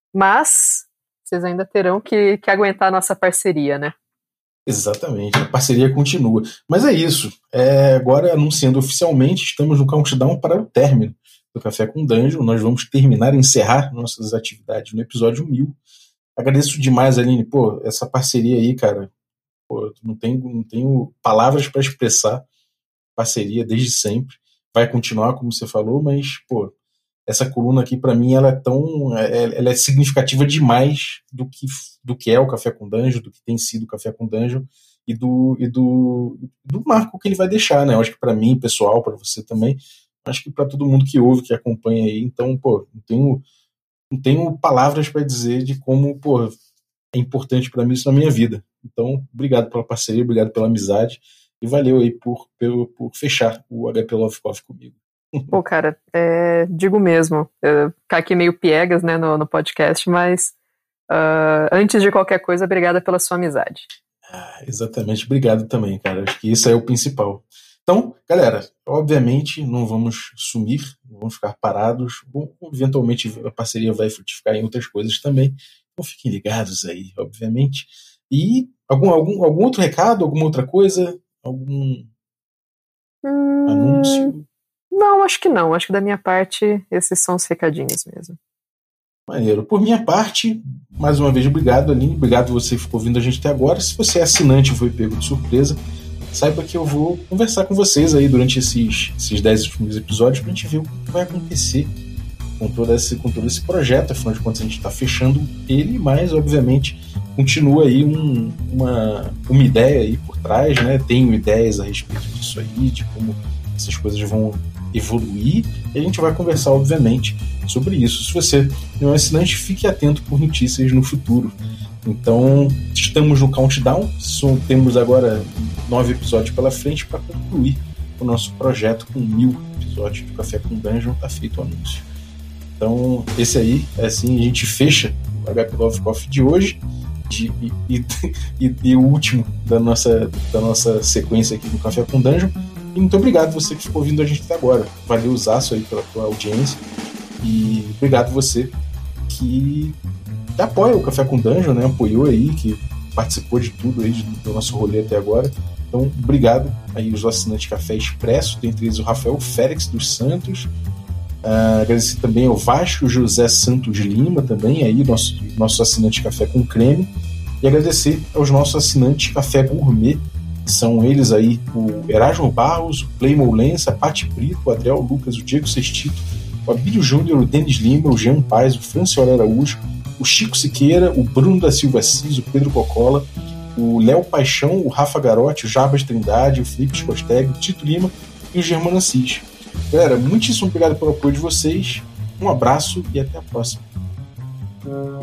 Speaker 3: mas vocês ainda terão que, que aguentar a nossa parceria, né.
Speaker 2: Exatamente, a parceria continua. Mas é isso, é, agora anunciando oficialmente, estamos no countdown para o término do Café com Dungeon. Nós vamos terminar e encerrar nossas atividades no episódio mil. Agradeço demais, Aline, pô, essa parceria aí, cara, pô, não tenho, não tenho palavras para expressar parceria desde sempre. Vai continuar, como você falou, mas, pô, essa coluna aqui, para mim, ela é tão, ela é significativa demais do que, do que é o Café com Dungeon, do que tem sido o Café com Dungeon e do, e do, do marco que ele vai deixar, né? Eu acho que para mim, pessoal, para você também, acho que para todo mundo que ouve, que acompanha aí, então, pô, não tenho, não tenho palavras para dizer de como, pô, é importante para mim isso na minha vida. Então, obrigado pela parceria, obrigado pela amizade e valeu aí por, por, por fechar o H P Love Coffee comigo.
Speaker 3: Pô, cara, é, digo mesmo, eu ficar aqui meio piegas, né, no, no podcast, mas uh, antes de qualquer coisa, obrigada pela sua amizade.
Speaker 2: Ah, exatamente, obrigado também, cara, acho que isso é o principal. Então, galera, obviamente não vamos sumir, não vamos ficar parados, bom, eventualmente a parceria vai frutificar em outras coisas também, então fiquem ligados aí, obviamente. E algum, algum, algum outro recado, alguma outra coisa, algum hum... anúncio?
Speaker 3: Não, acho que não. Acho que da minha parte, esses são os recadinhos mesmo.
Speaker 2: Maneiro. Por minha parte, mais uma vez, obrigado, Aline. Obrigado você que ficou ouvindo a gente até agora. Se você é assinante e foi pego de surpresa, saiba que eu vou conversar com vocês aí durante esses, esses dez últimos episódios pra gente ver o que vai acontecer com todo esse, com todo esse projeto. Afinal de contas, a gente está fechando ele, mas, obviamente, continua aí um, uma, uma ideia aí por trás, né? Tenho ideias a respeito disso aí, de como essas coisas vão evoluir, e a gente vai conversar, obviamente, sobre isso. Se você não é assinante, fique atento por notícias no futuro. Então, estamos no countdown, temos agora nove episódios pela frente para concluir o nosso projeto com mil episódios do Café com Dungeon. Tá feito o anúncio. Então, esse aí, assim, a gente fecha o H P Love Coffee de hoje de, e, e, e o último da nossa, da nossa sequência aqui no Café com Dungeon. E muito obrigado você que ficou ouvindo a gente até agora. Valeu, Zaço, aí pela tua audiência. E obrigado você que apoia o Café com Dungeon, né? Apoiou aí, que participou de tudo aí do nosso rolê até agora. Então, obrigado aí os assinantes Café Expresso, dentre eles o Rafael Félix dos Santos. Uh, agradecer também ao Vasco José Santos Lima, também aí, nosso, nosso assinante Café com Creme. E agradecer aos nossos assinantes Café Gourmet, São eles aí, o Erasmo Barros, o Cleimon Lença, a Pati Brito, o Adriel Lucas, o Diego Sestito, o Abílio Júnior, o Denis Lima, o Jean Paes, o Franciola Araújo, o Chico Siqueira, o Bruno da Silva Assis, o Pedro Cocola, o Léo Paixão, o Rafa Garotti, o Jabas Trindade, o Felipe Scosteg, o Tito Lima e o Germano Assis. Galera, muitíssimo obrigado pelo apoio de vocês, um abraço e até a próxima.